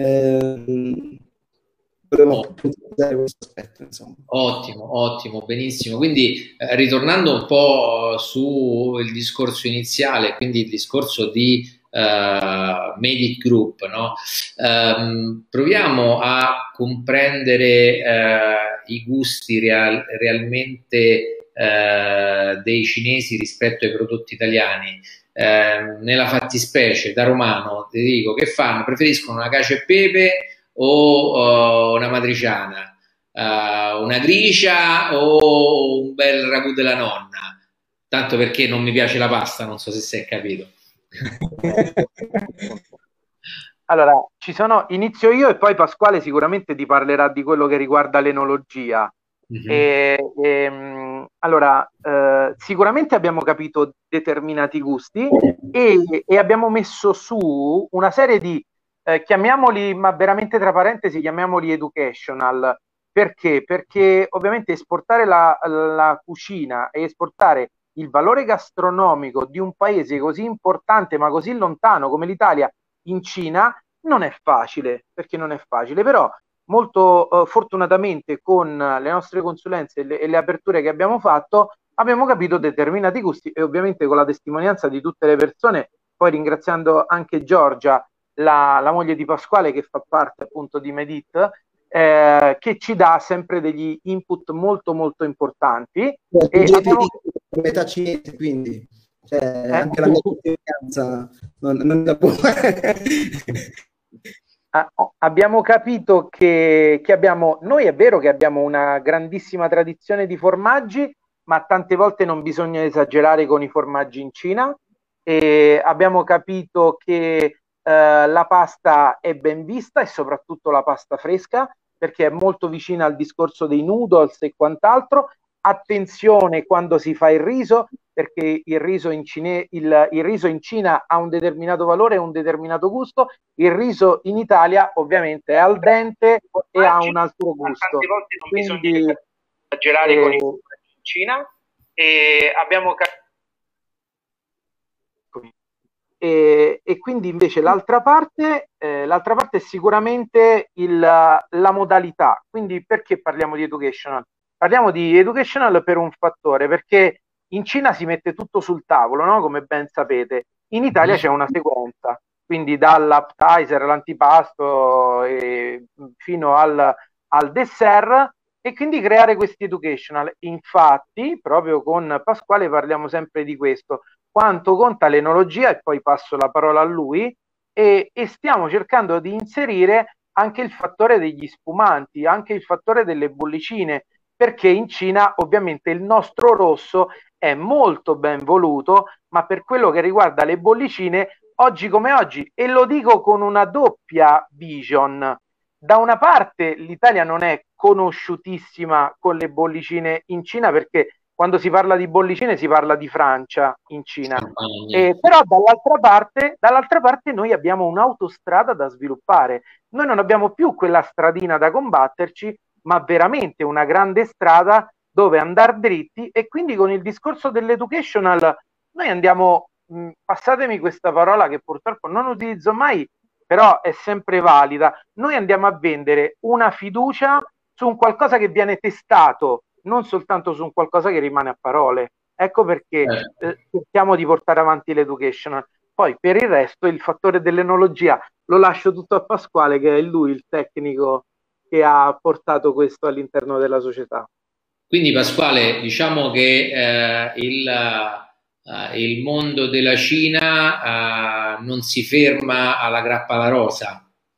Volevo utilizzare questo aspetto, insomma. Ottimo, ottimo, benissimo. Quindi ritornando un po' sul discorso iniziale, quindi il discorso di Medic Group, no? Proviamo a comprendere i gusti realmente dei cinesi rispetto ai prodotti italiani. Nella fattispecie, da romano, ti dico che fanno, preferiscono una cacio e pepe o una matriciana, una gricia o un bel ragù della nonna, tanto perché non mi piace la pasta, non so se si è capito. Allora, inizio io e poi Pasquale sicuramente ti parlerà di quello che riguarda l'enologia. Allora, sicuramente abbiamo capito determinati gusti e abbiamo messo su una serie di, chiamiamoli, ma veramente tra parentesi, chiamiamoli educational. Perché? Perché ovviamente esportare la cucina e esportare il valore gastronomico di un paese così importante ma così lontano come l'Italia in Cina non è facile, perché non è facile, però molto fortunatamente con le nostre consulenze e le aperture che abbiamo fatto abbiamo capito determinati gusti e ovviamente con la testimonianza di tutte le persone, poi ringraziando anche Giorgia, la moglie di Pasquale che fa parte appunto di Medit, che ci dà sempre degli input molto molto importanti. Metà cinese, quindi anche la mia testimonianza non la può. Abbiamo capito che noi è vero che abbiamo una grandissima tradizione di formaggi, ma tante volte non bisogna esagerare con i formaggi in Cina, e abbiamo capito che la pasta è ben vista e soprattutto la pasta fresca, perché è molto vicina al discorso dei noodles e quant'altro. Attenzione quando si fa il riso, perché il riso in Cina ha un determinato valore e un determinato gusto, il riso in Italia ovviamente è al dente e ha un altro gusto. Quindi esagerare con i formaggi in Cina, e abbiamo capito. E quindi invece l'altra parte è sicuramente la modalità. Quindi perché parliamo di educational? Parliamo di educational per un fattore, perché in Cina si mette tutto sul tavolo, no? Come ben sapete. In Italia c'è una sequenza, quindi dall'appetizer, all'antipasto fino al dessert, e quindi creare questi educational. Infatti, proprio con Pasquale parliamo sempre di questo, quanto conta l'enologia, e poi passo la parola a lui, e stiamo cercando di inserire anche il fattore degli spumanti, anche il fattore delle bollicine, perché in Cina ovviamente il nostro rosso è molto ben voluto, ma per quello che riguarda le bollicine, oggi come oggi, e lo dico con una doppia vision, da una parte l'Italia non è conosciutissima con le bollicine in Cina, perché quando si parla di bollicine si parla di Francia in Cina, però dall'altra parte noi abbiamo un'autostrada da sviluppare, noi non abbiamo più quella stradina da combatterci, ma veramente una grande strada dove andare dritti, e quindi con il discorso dell'educational noi andiamo, passatemi questa parola che purtroppo non utilizzo mai, però è sempre valida, noi andiamo a vendere una fiducia su un qualcosa che viene testato, non soltanto su un qualcosa che rimane a parole. Ecco perché cerchiamo di portare avanti l'educational. Poi per il resto il fattore dell'enologia lo lascio tutto a Pasquale, che è lui il tecnico che ha portato questo all'interno della società. Quindi Pasquale, diciamo che il mondo della Cina non si ferma alla grappa alla rosa.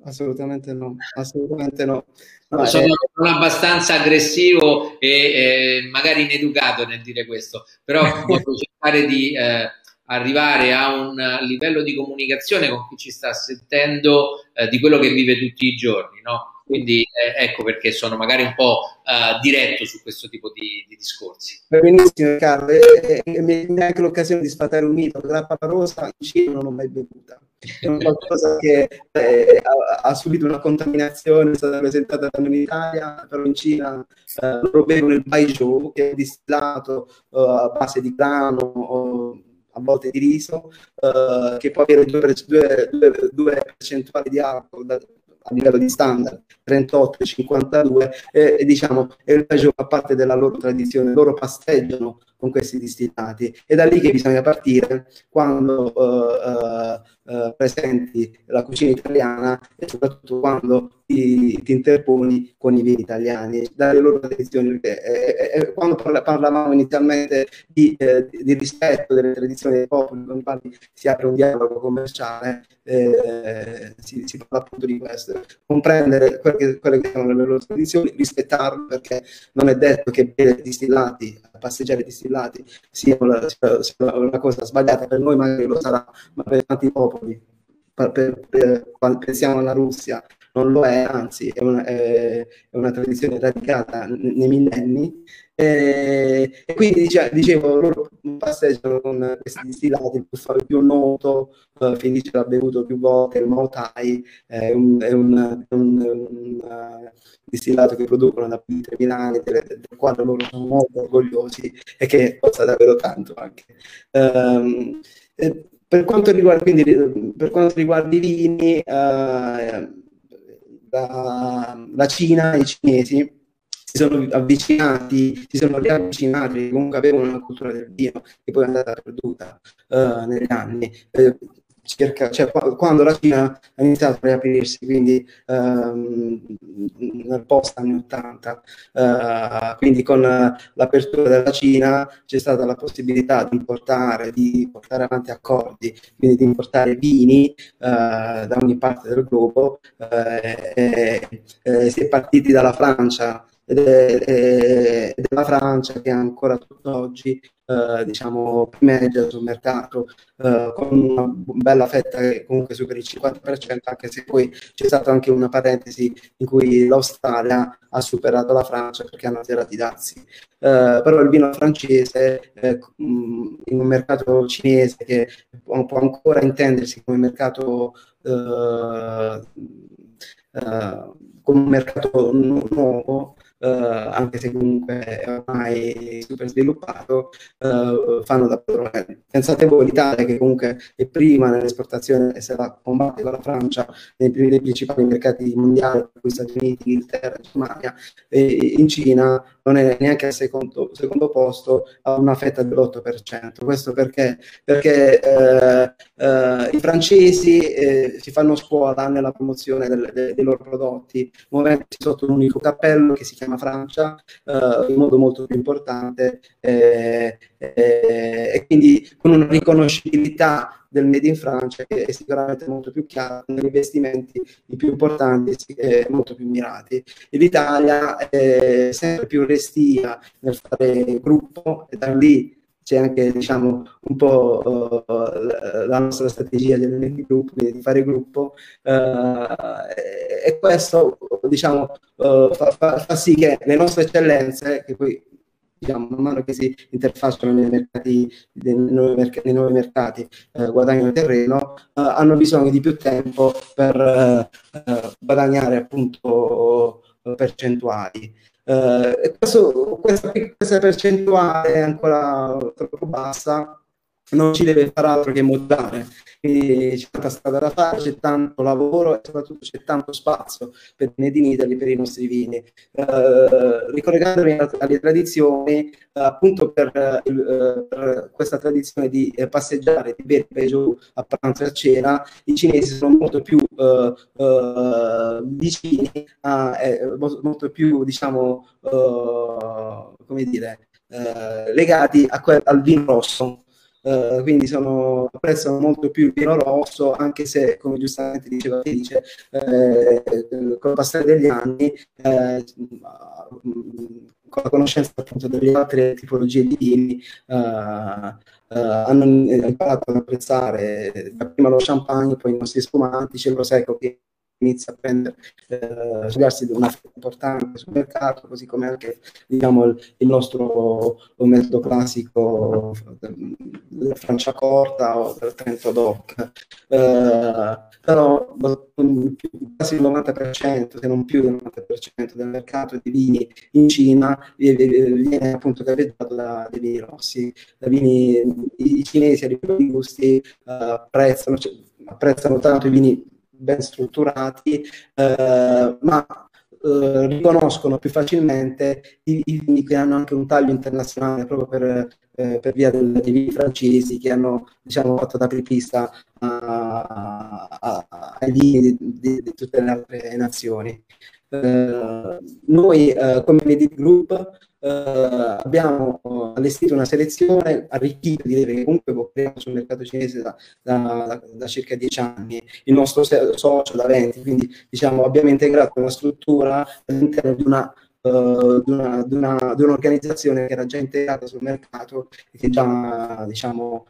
assolutamente no, assolutamente no. Ma sono abbastanza aggressivo e magari ineducato nel dire questo, però voglio cercare di arrivare a un livello di comunicazione con chi ci sta sentendo di quello che vive tutti i giorni, no? Quindi ecco perché sono magari un po' diretto su questo tipo di discorsi. Benissimo, Riccardo, e mi è anche l'occasione di sfatare un mito. La grappa rosa in Cina non l'ho mai bevuta, è un qualcosa che ha subito una contaminazione, è stata presentata in Italia, però in Cina loro bevono il baijiu, che è distillato a base di grano o a volte di riso, che può avere 2 percentuali di alcol a livello di standard, 38 e 52, e diciamo, è il baijiu fa parte della loro tradizione, loro pasteggiano con questi distillati, e da lì che bisogna partire quando presenti la cucina italiana e soprattutto quando ti interponi con i vini italiani, dalle loro tradizioni, perché quando parlavamo inizialmente di rispetto delle tradizioni dei popoli, con i quali si apre un dialogo commerciale, si parla appunto di questo, comprendere quelle che sono le loro tradizioni, rispettarle, perché non è detto che bere distillati, passeggiare distillati sia una cosa sbagliata. Per noi magari lo sarà, ma per tanti popoli, pensiamo alla Russia, non lo è, anzi è una tradizione radicata nei millenni, e quindi dicevo, loro passeggiano con questi distillati, il più noto, Felice l'ha bevuto più volte, il Maotai, è un distillato che producono da più di 3.000 anni, del quale loro sono molto orgogliosi e che costa davvero tanto anche. Per quanto riguarda, quindi, per quanto riguarda i vini, la Cina, i cinesi si sono avvicinati, si sono riavvicinati, comunque avevano una cultura del vino che poi è andata perduta negli anni. Quando la Cina ha iniziato a riaprirsi, quindi nel post anni 80, quindi con l'apertura della Cina c'è stata la possibilità di portare avanti accordi, quindi di importare vini da ogni parte del globo, si è partiti dalla Francia, ed è la Francia che ancora tutt'oggi diciamo primeggia sul mercato con una bella fetta che comunque supera il 50%, anche se poi c'è stata anche una parentesi in cui l'Australia ha superato la Francia perché hanno azzerato i dazi. Però il vino francese in un mercato cinese che può ancora intendersi come mercato come un mercato nuovo, anche se comunque è ormai super sviluppato, fanno davvero bene. Pensate voi, l'Italia che comunque è prima nell'esportazione e se la combatte con la Francia nei principali mercati mondiali, per cui Stati Uniti, Inghilterra, Germania, e in Cina non è neanche al secondo posto, ha una fetta dell'8%. Questo perché i francesi si fanno scuola nella promozione dei loro prodotti, muovendosi sotto un unico cappello che si chiama Francia, in modo molto più importante, e quindi con una riconoscibilità del Made in Francia che è sicuramente molto più chiara, con investimenti i più importanti e molto più mirati. L'Italia è sempre più restia nel fare gruppo, e da lì c'è anche, diciamo, un po' la nostra strategia di gruppo, di fare gruppo, e questo, diciamo, fa sì che le nostre eccellenze, che poi, diciamo, man mano che si interfacciano nei nuovi mercati, guadagnano terreno, hanno bisogno di più tempo per guadagnare appunto percentuali. Questa percentuale è ancora troppo bassa, non ci deve far altro che motivare. Quindi c'è tanta strada da fare, c'è tanto lavoro e soprattutto c'è tanto spazio per i Made in Italy, per i nostri vini. Ricollegandomi alle tradizioni, appunto per questa tradizione di passeggiare, di bere baijiu a pranzo e a cena, i cinesi sono molto più vicini, molto più, diciamo, come dire, legati al vino rosso. quindi apprezzano molto più il vino rosso, anche se, come giustamente diceva Felice, con il passare degli anni, con la conoscenza appunto delle altre tipologie di vini, hanno imparato ad apprezzare prima lo champagne, poi i nostri spumanti, c'è il prosecco che inizia a prendere giocarsi una fetta importante sul mercato, così come anche diciamo il nostro metodo classico della Franciacorta o del Trento DOC, però quasi il 90%, se non più del 90% del mercato di vini in Cina viene appunto capeggiato da dei vini rossi, i cinesi a livello di gusti apprezzano tanto i vini ben strutturati, ma riconoscono più facilmente i vini che hanno anche un taglio internazionale, proprio per via dei vini francesi che hanno, diciamo, fatto da apripista ai vini di tutte le altre nazioni. Noi come Medit Group abbiamo allestito una selezione arricchita, direi, che comunque operiamo sul mercato cinese da circa 10 anni, il nostro socio da 20, quindi diciamo abbiamo integrato una struttura all'interno di un'organizzazione che era già integrata sul mercato e che già, diciamo,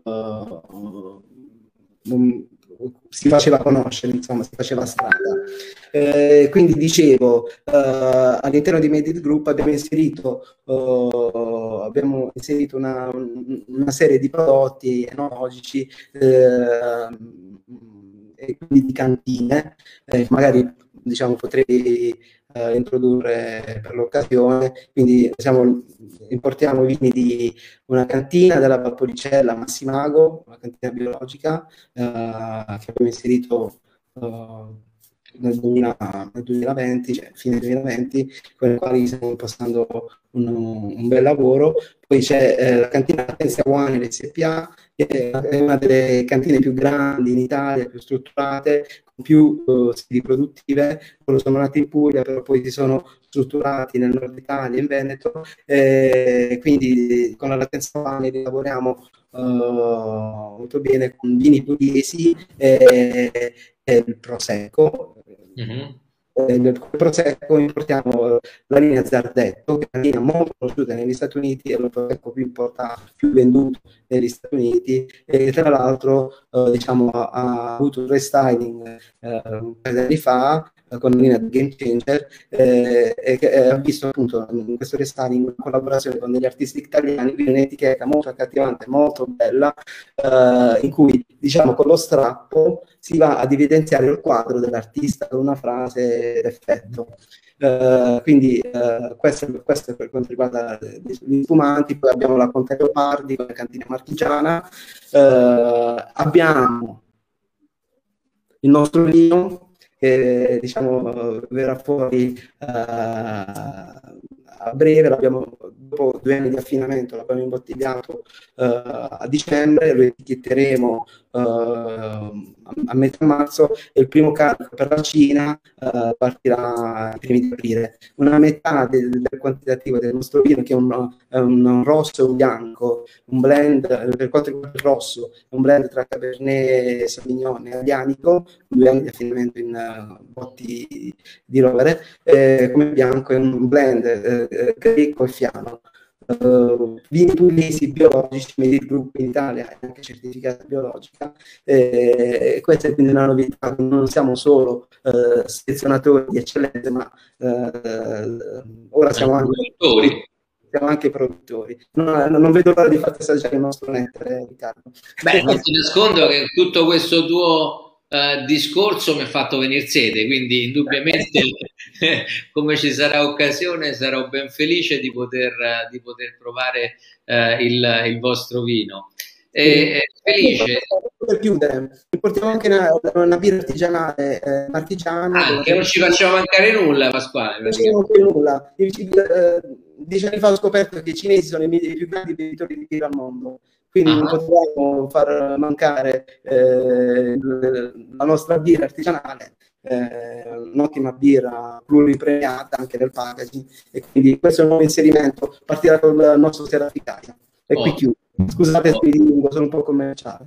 si faceva conoscere, insomma, si faceva strada. Quindi dicevo, all'interno di Medit Group abbiamo inserito una serie di prodotti enologici e quindi di cantine, magari diciamo potrei introdurre per l'occasione, quindi importiamo vini di una cantina della Valpolicella Massimago, una cantina biologica che abbiamo inserito nel 2020, cioè fine 2020, con i quali stiamo impostando un bel lavoro. Poi c'è la cantina Artensia Wine SPA, che è una delle cantine più grandi in Italia, più strutturate, con più sedi produttive. Loro sono nati in Puglia, però poi si sono strutturati nel nord Italia, in Veneto, quindi con la Artensia Wine lavoriamo molto bene con vini pugliesi e il Prosecco. Nel Prosecco importiamo la linea Zardetto, che è una linea molto conosciuta negli Stati Uniti, è il Prosecco più venduto negli Stati Uniti, e tra l'altro diciamo, ha avuto un restyling un paio di anni fa con la linea Game Changer, e che ha visto appunto in questo restyling una collaborazione con degli artisti italiani, quindi un'etichetta molto accattivante, molto bella, in cui diciamo con lo strappo si va ad evidenziare il quadro dell'artista con una frase d'effetto. Quindi questo è per quanto riguarda gli spumanti. Poi abbiamo la Conte Leopardi con la cantina marchigiana, abbiamo il nostro vino che diciamo verrà fuori a breve, dopo 2 anni di affinamento l'abbiamo imbottigliato a dicembre, lo etichetteremo a metà marzo, e il primo carico per la Cina partirà ai primi di aprile. Una metà del quantitativo del nostro vino, che è un rosso e un bianco, un blend, per quanto riguarda il rosso, è un blend tra Cabernet Sauvignon e Aglianico, 2 anni di affinamento in botti di rovere, come bianco è un blend greco e fiano. Vini pugliesi biologici, Medit Group in Italia è anche certificata biologica, questa è quindi una novità. Non siamo solo selezionatori di eccellenze, ma ora siamo anche produttori. Non vedo l'ora di farti assaggiare il nostro nettare, Riccardo. Beh, non ti nascondo che tutto questo tuo discorso mi ha fatto venire sete, quindi indubbiamente come ci sarà occasione sarò ben felice di poter provare il vostro vino. Felice. Per chiudere, portiamo anche una birra artigianale marchigiana. Che non ci facciamo mancare nulla, Pasquale. Non ci facciamo mancare nulla. 10 anni fa ho scoperto che i cinesi sono i più grandi bevitori di birra al mondo, quindi non potevamo far mancare la nostra birra artigianale, un'ottima birra pluripremiata anche nel packaging, e quindi questo è un nuovo inserimento, partirà con il nostro Seraficaia. E qui chiudo. Scusate se mi dilungo, sono un po' commerciale.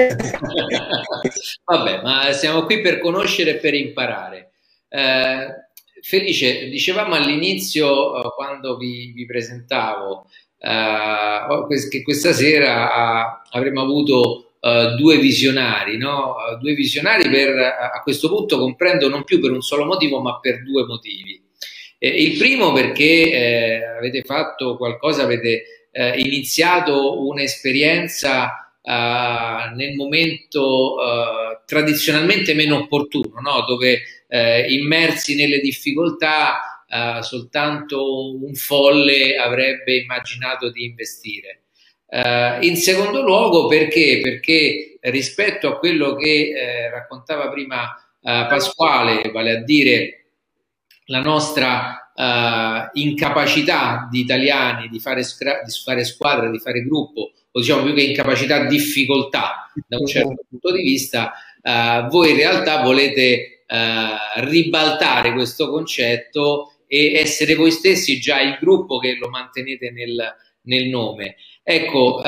Vabbè, ma siamo qui per conoscere e per imparare. Felice, dicevamo all'inizio, quando vi presentavo, che questa sera avremmo avuto due visionari, no? Due visionari a questo punto comprendo non più per un solo motivo, ma per due motivi. Il primo perché avete fatto qualcosa, avete iniziato un'esperienza nel momento tradizionalmente meno opportuno, no? Dove immersi nelle difficoltà soltanto un folle avrebbe immaginato di investire. In secondo luogo perché rispetto a quello che raccontava prima Pasquale, vale a dire la nostra incapacità di italiani di fare squadra, di fare gruppo, o diciamo più che incapacità, difficoltà da un certo punto di vista, voi in realtà volete ribaltare questo concetto e essere voi stessi già il gruppo che lo mantenete nel nome. Ecco,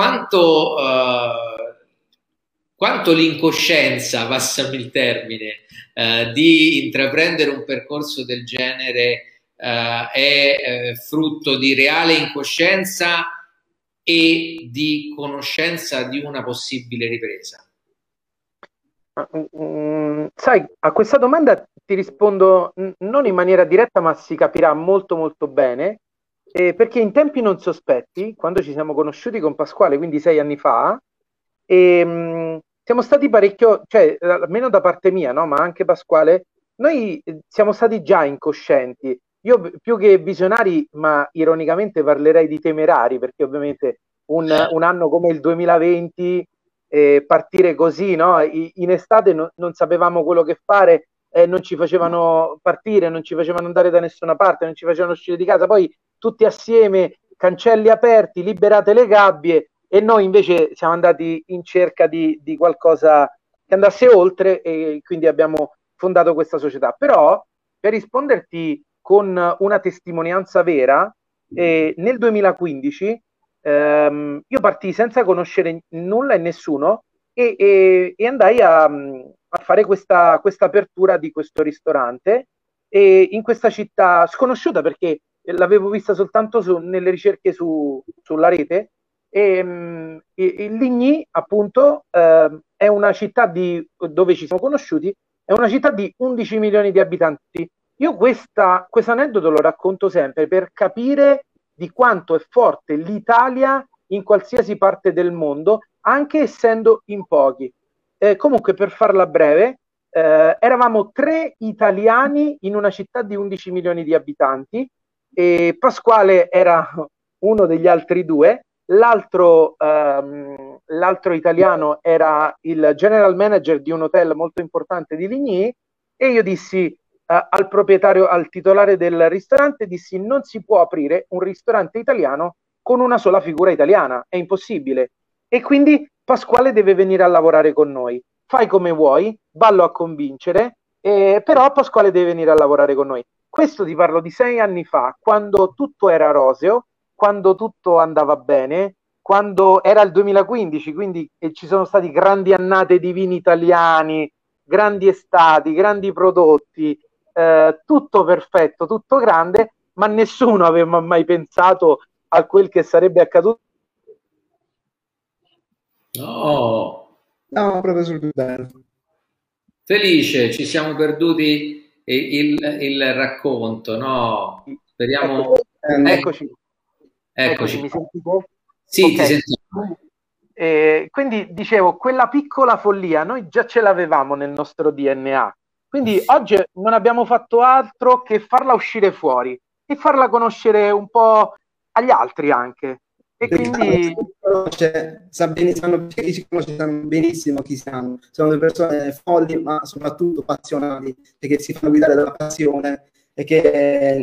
quanto l'incoscienza, passami il termine, di intraprendere un percorso del genere è frutto di reale incoscienza e di conoscenza di una possibile ripresa? Sai, a questa domanda ti rispondo non in maniera diretta, ma si capirà molto molto bene, perché in tempi non sospetti, quando ci siamo conosciuti con Pasquale, quindi 6 anni fa, siamo stati parecchio, cioè almeno da parte mia, no? Ma anche Pasquale, noi siamo stati già incoscienti. Io più che visionari, ma ironicamente parlerei di temerari, perché ovviamente un anno come il 2020, partire così, no? In estate non sapevamo quello che fare, non ci facevano partire, non ci facevano andare da nessuna parte, non ci facevano uscire di casa, poi tutti assieme, cancelli aperti, liberate le gabbie, e noi invece siamo andati in cerca di qualcosa che andasse oltre, e quindi abbiamo fondato questa società. Però, per risponderti con una testimonianza vera, nel 2015 io partii senza conoscere nulla e nessuno e andai a fare questa apertura di questo ristorante, e in questa città sconosciuta, perché l'avevo vista soltanto nelle ricerche sulla rete. Ligny, appunto, è una città dove ci siamo conosciuti, è una città di 11 milioni di abitanti. Io questo aneddoto lo racconto sempre per capire di quanto è forte l'Italia in qualsiasi parte del mondo, anche essendo in pochi. Comunque, per farla breve, eravamo 3 italiani in una città di 11 milioni di abitanti, e Pasquale era uno degli altri 2. L'altro italiano era il general manager di un hotel molto importante di Ligny, e io dissi al proprietario, al titolare del ristorante, dissi: non si può aprire un ristorante italiano con una sola figura italiana, è impossibile, e quindi Pasquale deve venire a lavorare con noi. Fai come vuoi, ballo a convincere, però Pasquale deve venire a lavorare con noi. Questo ti parlo di 6 anni fa, quando tutto era roseo, quando tutto andava bene, quando era il 2015, quindi ci sono stati grandi annate di vini italiani, grandi estati, grandi prodotti, tutto perfetto, tutto grande, ma nessuno aveva mai pensato a quel che sarebbe accaduto. No, proprio sul bene. Felice, ci siamo perduti il racconto, no? Speriamo. Eccoci. Mi sentite? Sì, okay. Ti sentiamo. Quindi dicevo, quella piccola follia noi già ce l'avevamo nel nostro DNA, quindi oggi non abbiamo fatto altro che farla uscire fuori e farla conoscere un po' agli altri anche. E quindi sanno benissimo chi siamo. Sono delle persone folli, ma soprattutto passionali, e che si fanno guidare dalla passione, e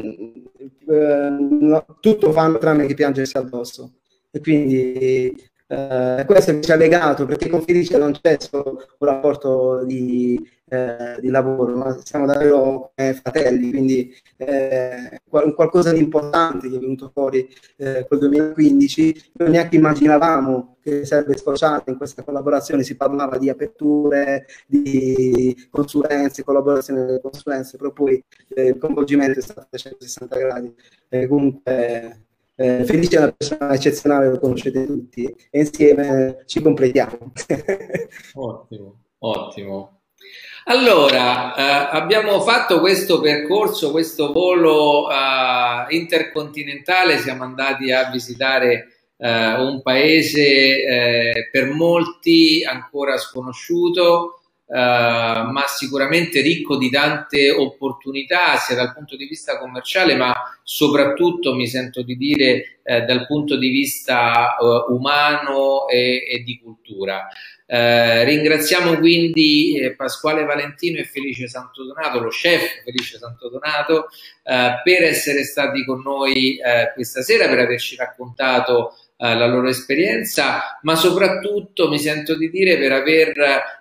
che tutto fanno tranne che piangersi addosso. E quindi Questo ci ha legato, perché con Felice non c'è solo un rapporto di lavoro, ma siamo davvero fratelli, quindi qualcosa di importante che è venuto fuori col 2015. Noi neanche immaginavamo che sarebbe sfociata in questa collaborazione. Si parlava di aperture, di consulenze, collaborazione delle consulenze, però poi il coinvolgimento è stato a 360 gradi. Comunque Felice è una persona eccezionale, lo conoscete tutti, e insieme ci completiamo. Ottimo, ottimo. Allora, abbiamo fatto questo percorso, questo volo intercontinentale, siamo andati a visitare un paese per molti ancora sconosciuto, ma sicuramente ricco di tante opportunità, sia dal punto di vista commerciale, ma soprattutto, mi sento di dire, dal punto di vista umano e di cultura. Ringraziamo quindi Pasquale Valentino e Felice Santodonato, lo chef Felice Santodonato, per essere stati con noi questa sera, per averci raccontato la loro esperienza, ma soprattutto mi sento di dire per aver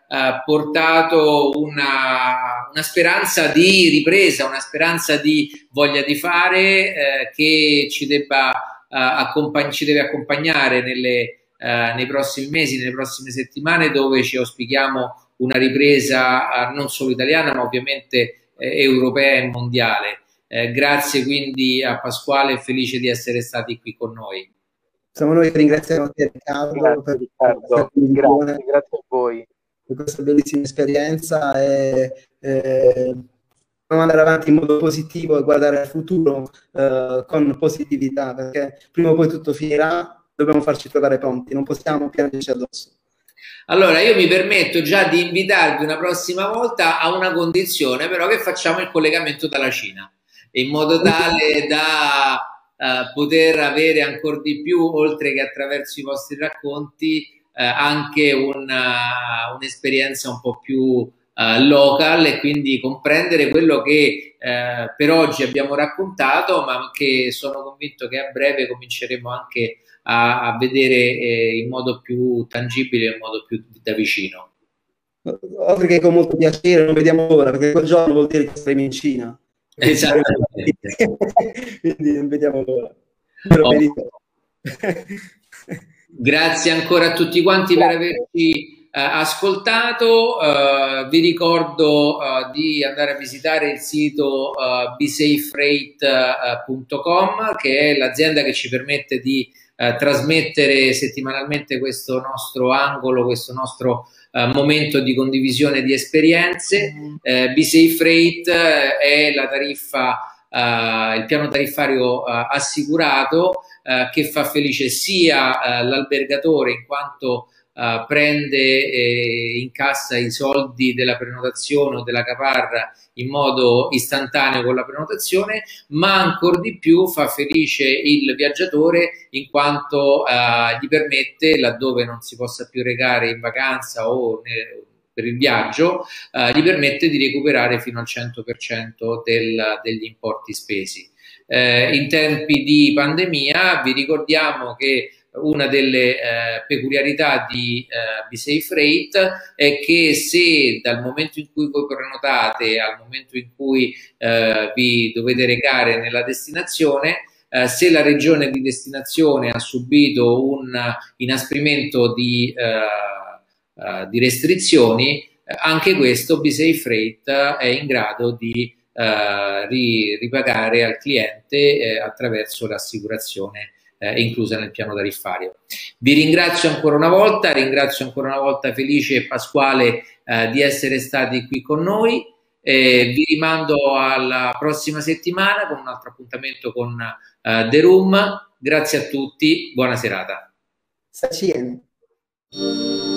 portato una speranza di ripresa, una speranza di voglia di fare che ci deve accompagnare nei prossimi mesi, nelle prossime settimane, dove ci auspichiamo una ripresa non solo italiana, ma ovviamente europea e mondiale. Grazie quindi a Pasquale e Felice di essere stati qui con noi. Siamo noi che ringraziamo te, Riccardo, per Riccardo. Grazie a voi per questa bellissima esperienza, e andare avanti in modo positivo e guardare al futuro con positività, perché prima o poi tutto finirà. Dobbiamo farci trovare pronti, non possiamo piangerci addosso. Allora, io mi permetto già di invitarvi una prossima volta a una condizione, però, che facciamo il collegamento dalla Cina, in modo tale da poter avere ancora di più, oltre che attraverso i vostri racconti, anche un'esperienza un po' più local, e quindi comprendere quello che per oggi abbiamo raccontato, ma che sono convinto che a breve cominceremo anche a vedere in modo più tangibile, in modo più da vicino. Oltre che con molto piacere, non vediamo l'ora, perché quel giorno vuol dire che saremo in Cina. Esattamente. Quindi non vediamo l'ora. Grazie ancora a tutti quanti per averci ascoltato. Vi ricordo di andare a visitare il sito besafefreight.com, che è l'azienda che ci permette di trasmettere settimanalmente questo nostro angolo, questo nostro momento di condivisione di esperienze. BeSafeFreight è la tariffa, il piano tariffario assicurato, che fa felice sia l'albergatore, in quanto prende e incassa i soldi della prenotazione o della caparra in modo istantaneo con la prenotazione, ma ancora di più fa felice il viaggiatore, in quanto gli permette, laddove non si possa più recare in vacanza o per il viaggio, gli permette di recuperare fino al 100% degli importi spesi. In tempi di pandemia vi ricordiamo che una delle peculiarità di BeSafeFreight è che, se dal momento in cui voi prenotate al momento in cui vi dovete recare nella destinazione, se la regione di destinazione ha subito un inasprimento di restrizioni, anche questo BeSafeFreight è in grado di ripagare al cliente attraverso l'assicurazione inclusa nel piano tariffario. Vi ringrazio ancora una volta, Felice e Pasquale di essere stati qui con noi. Vi rimando alla prossima settimana con un altro appuntamento con The Room. Grazie a tutti, buona serata. Sacien.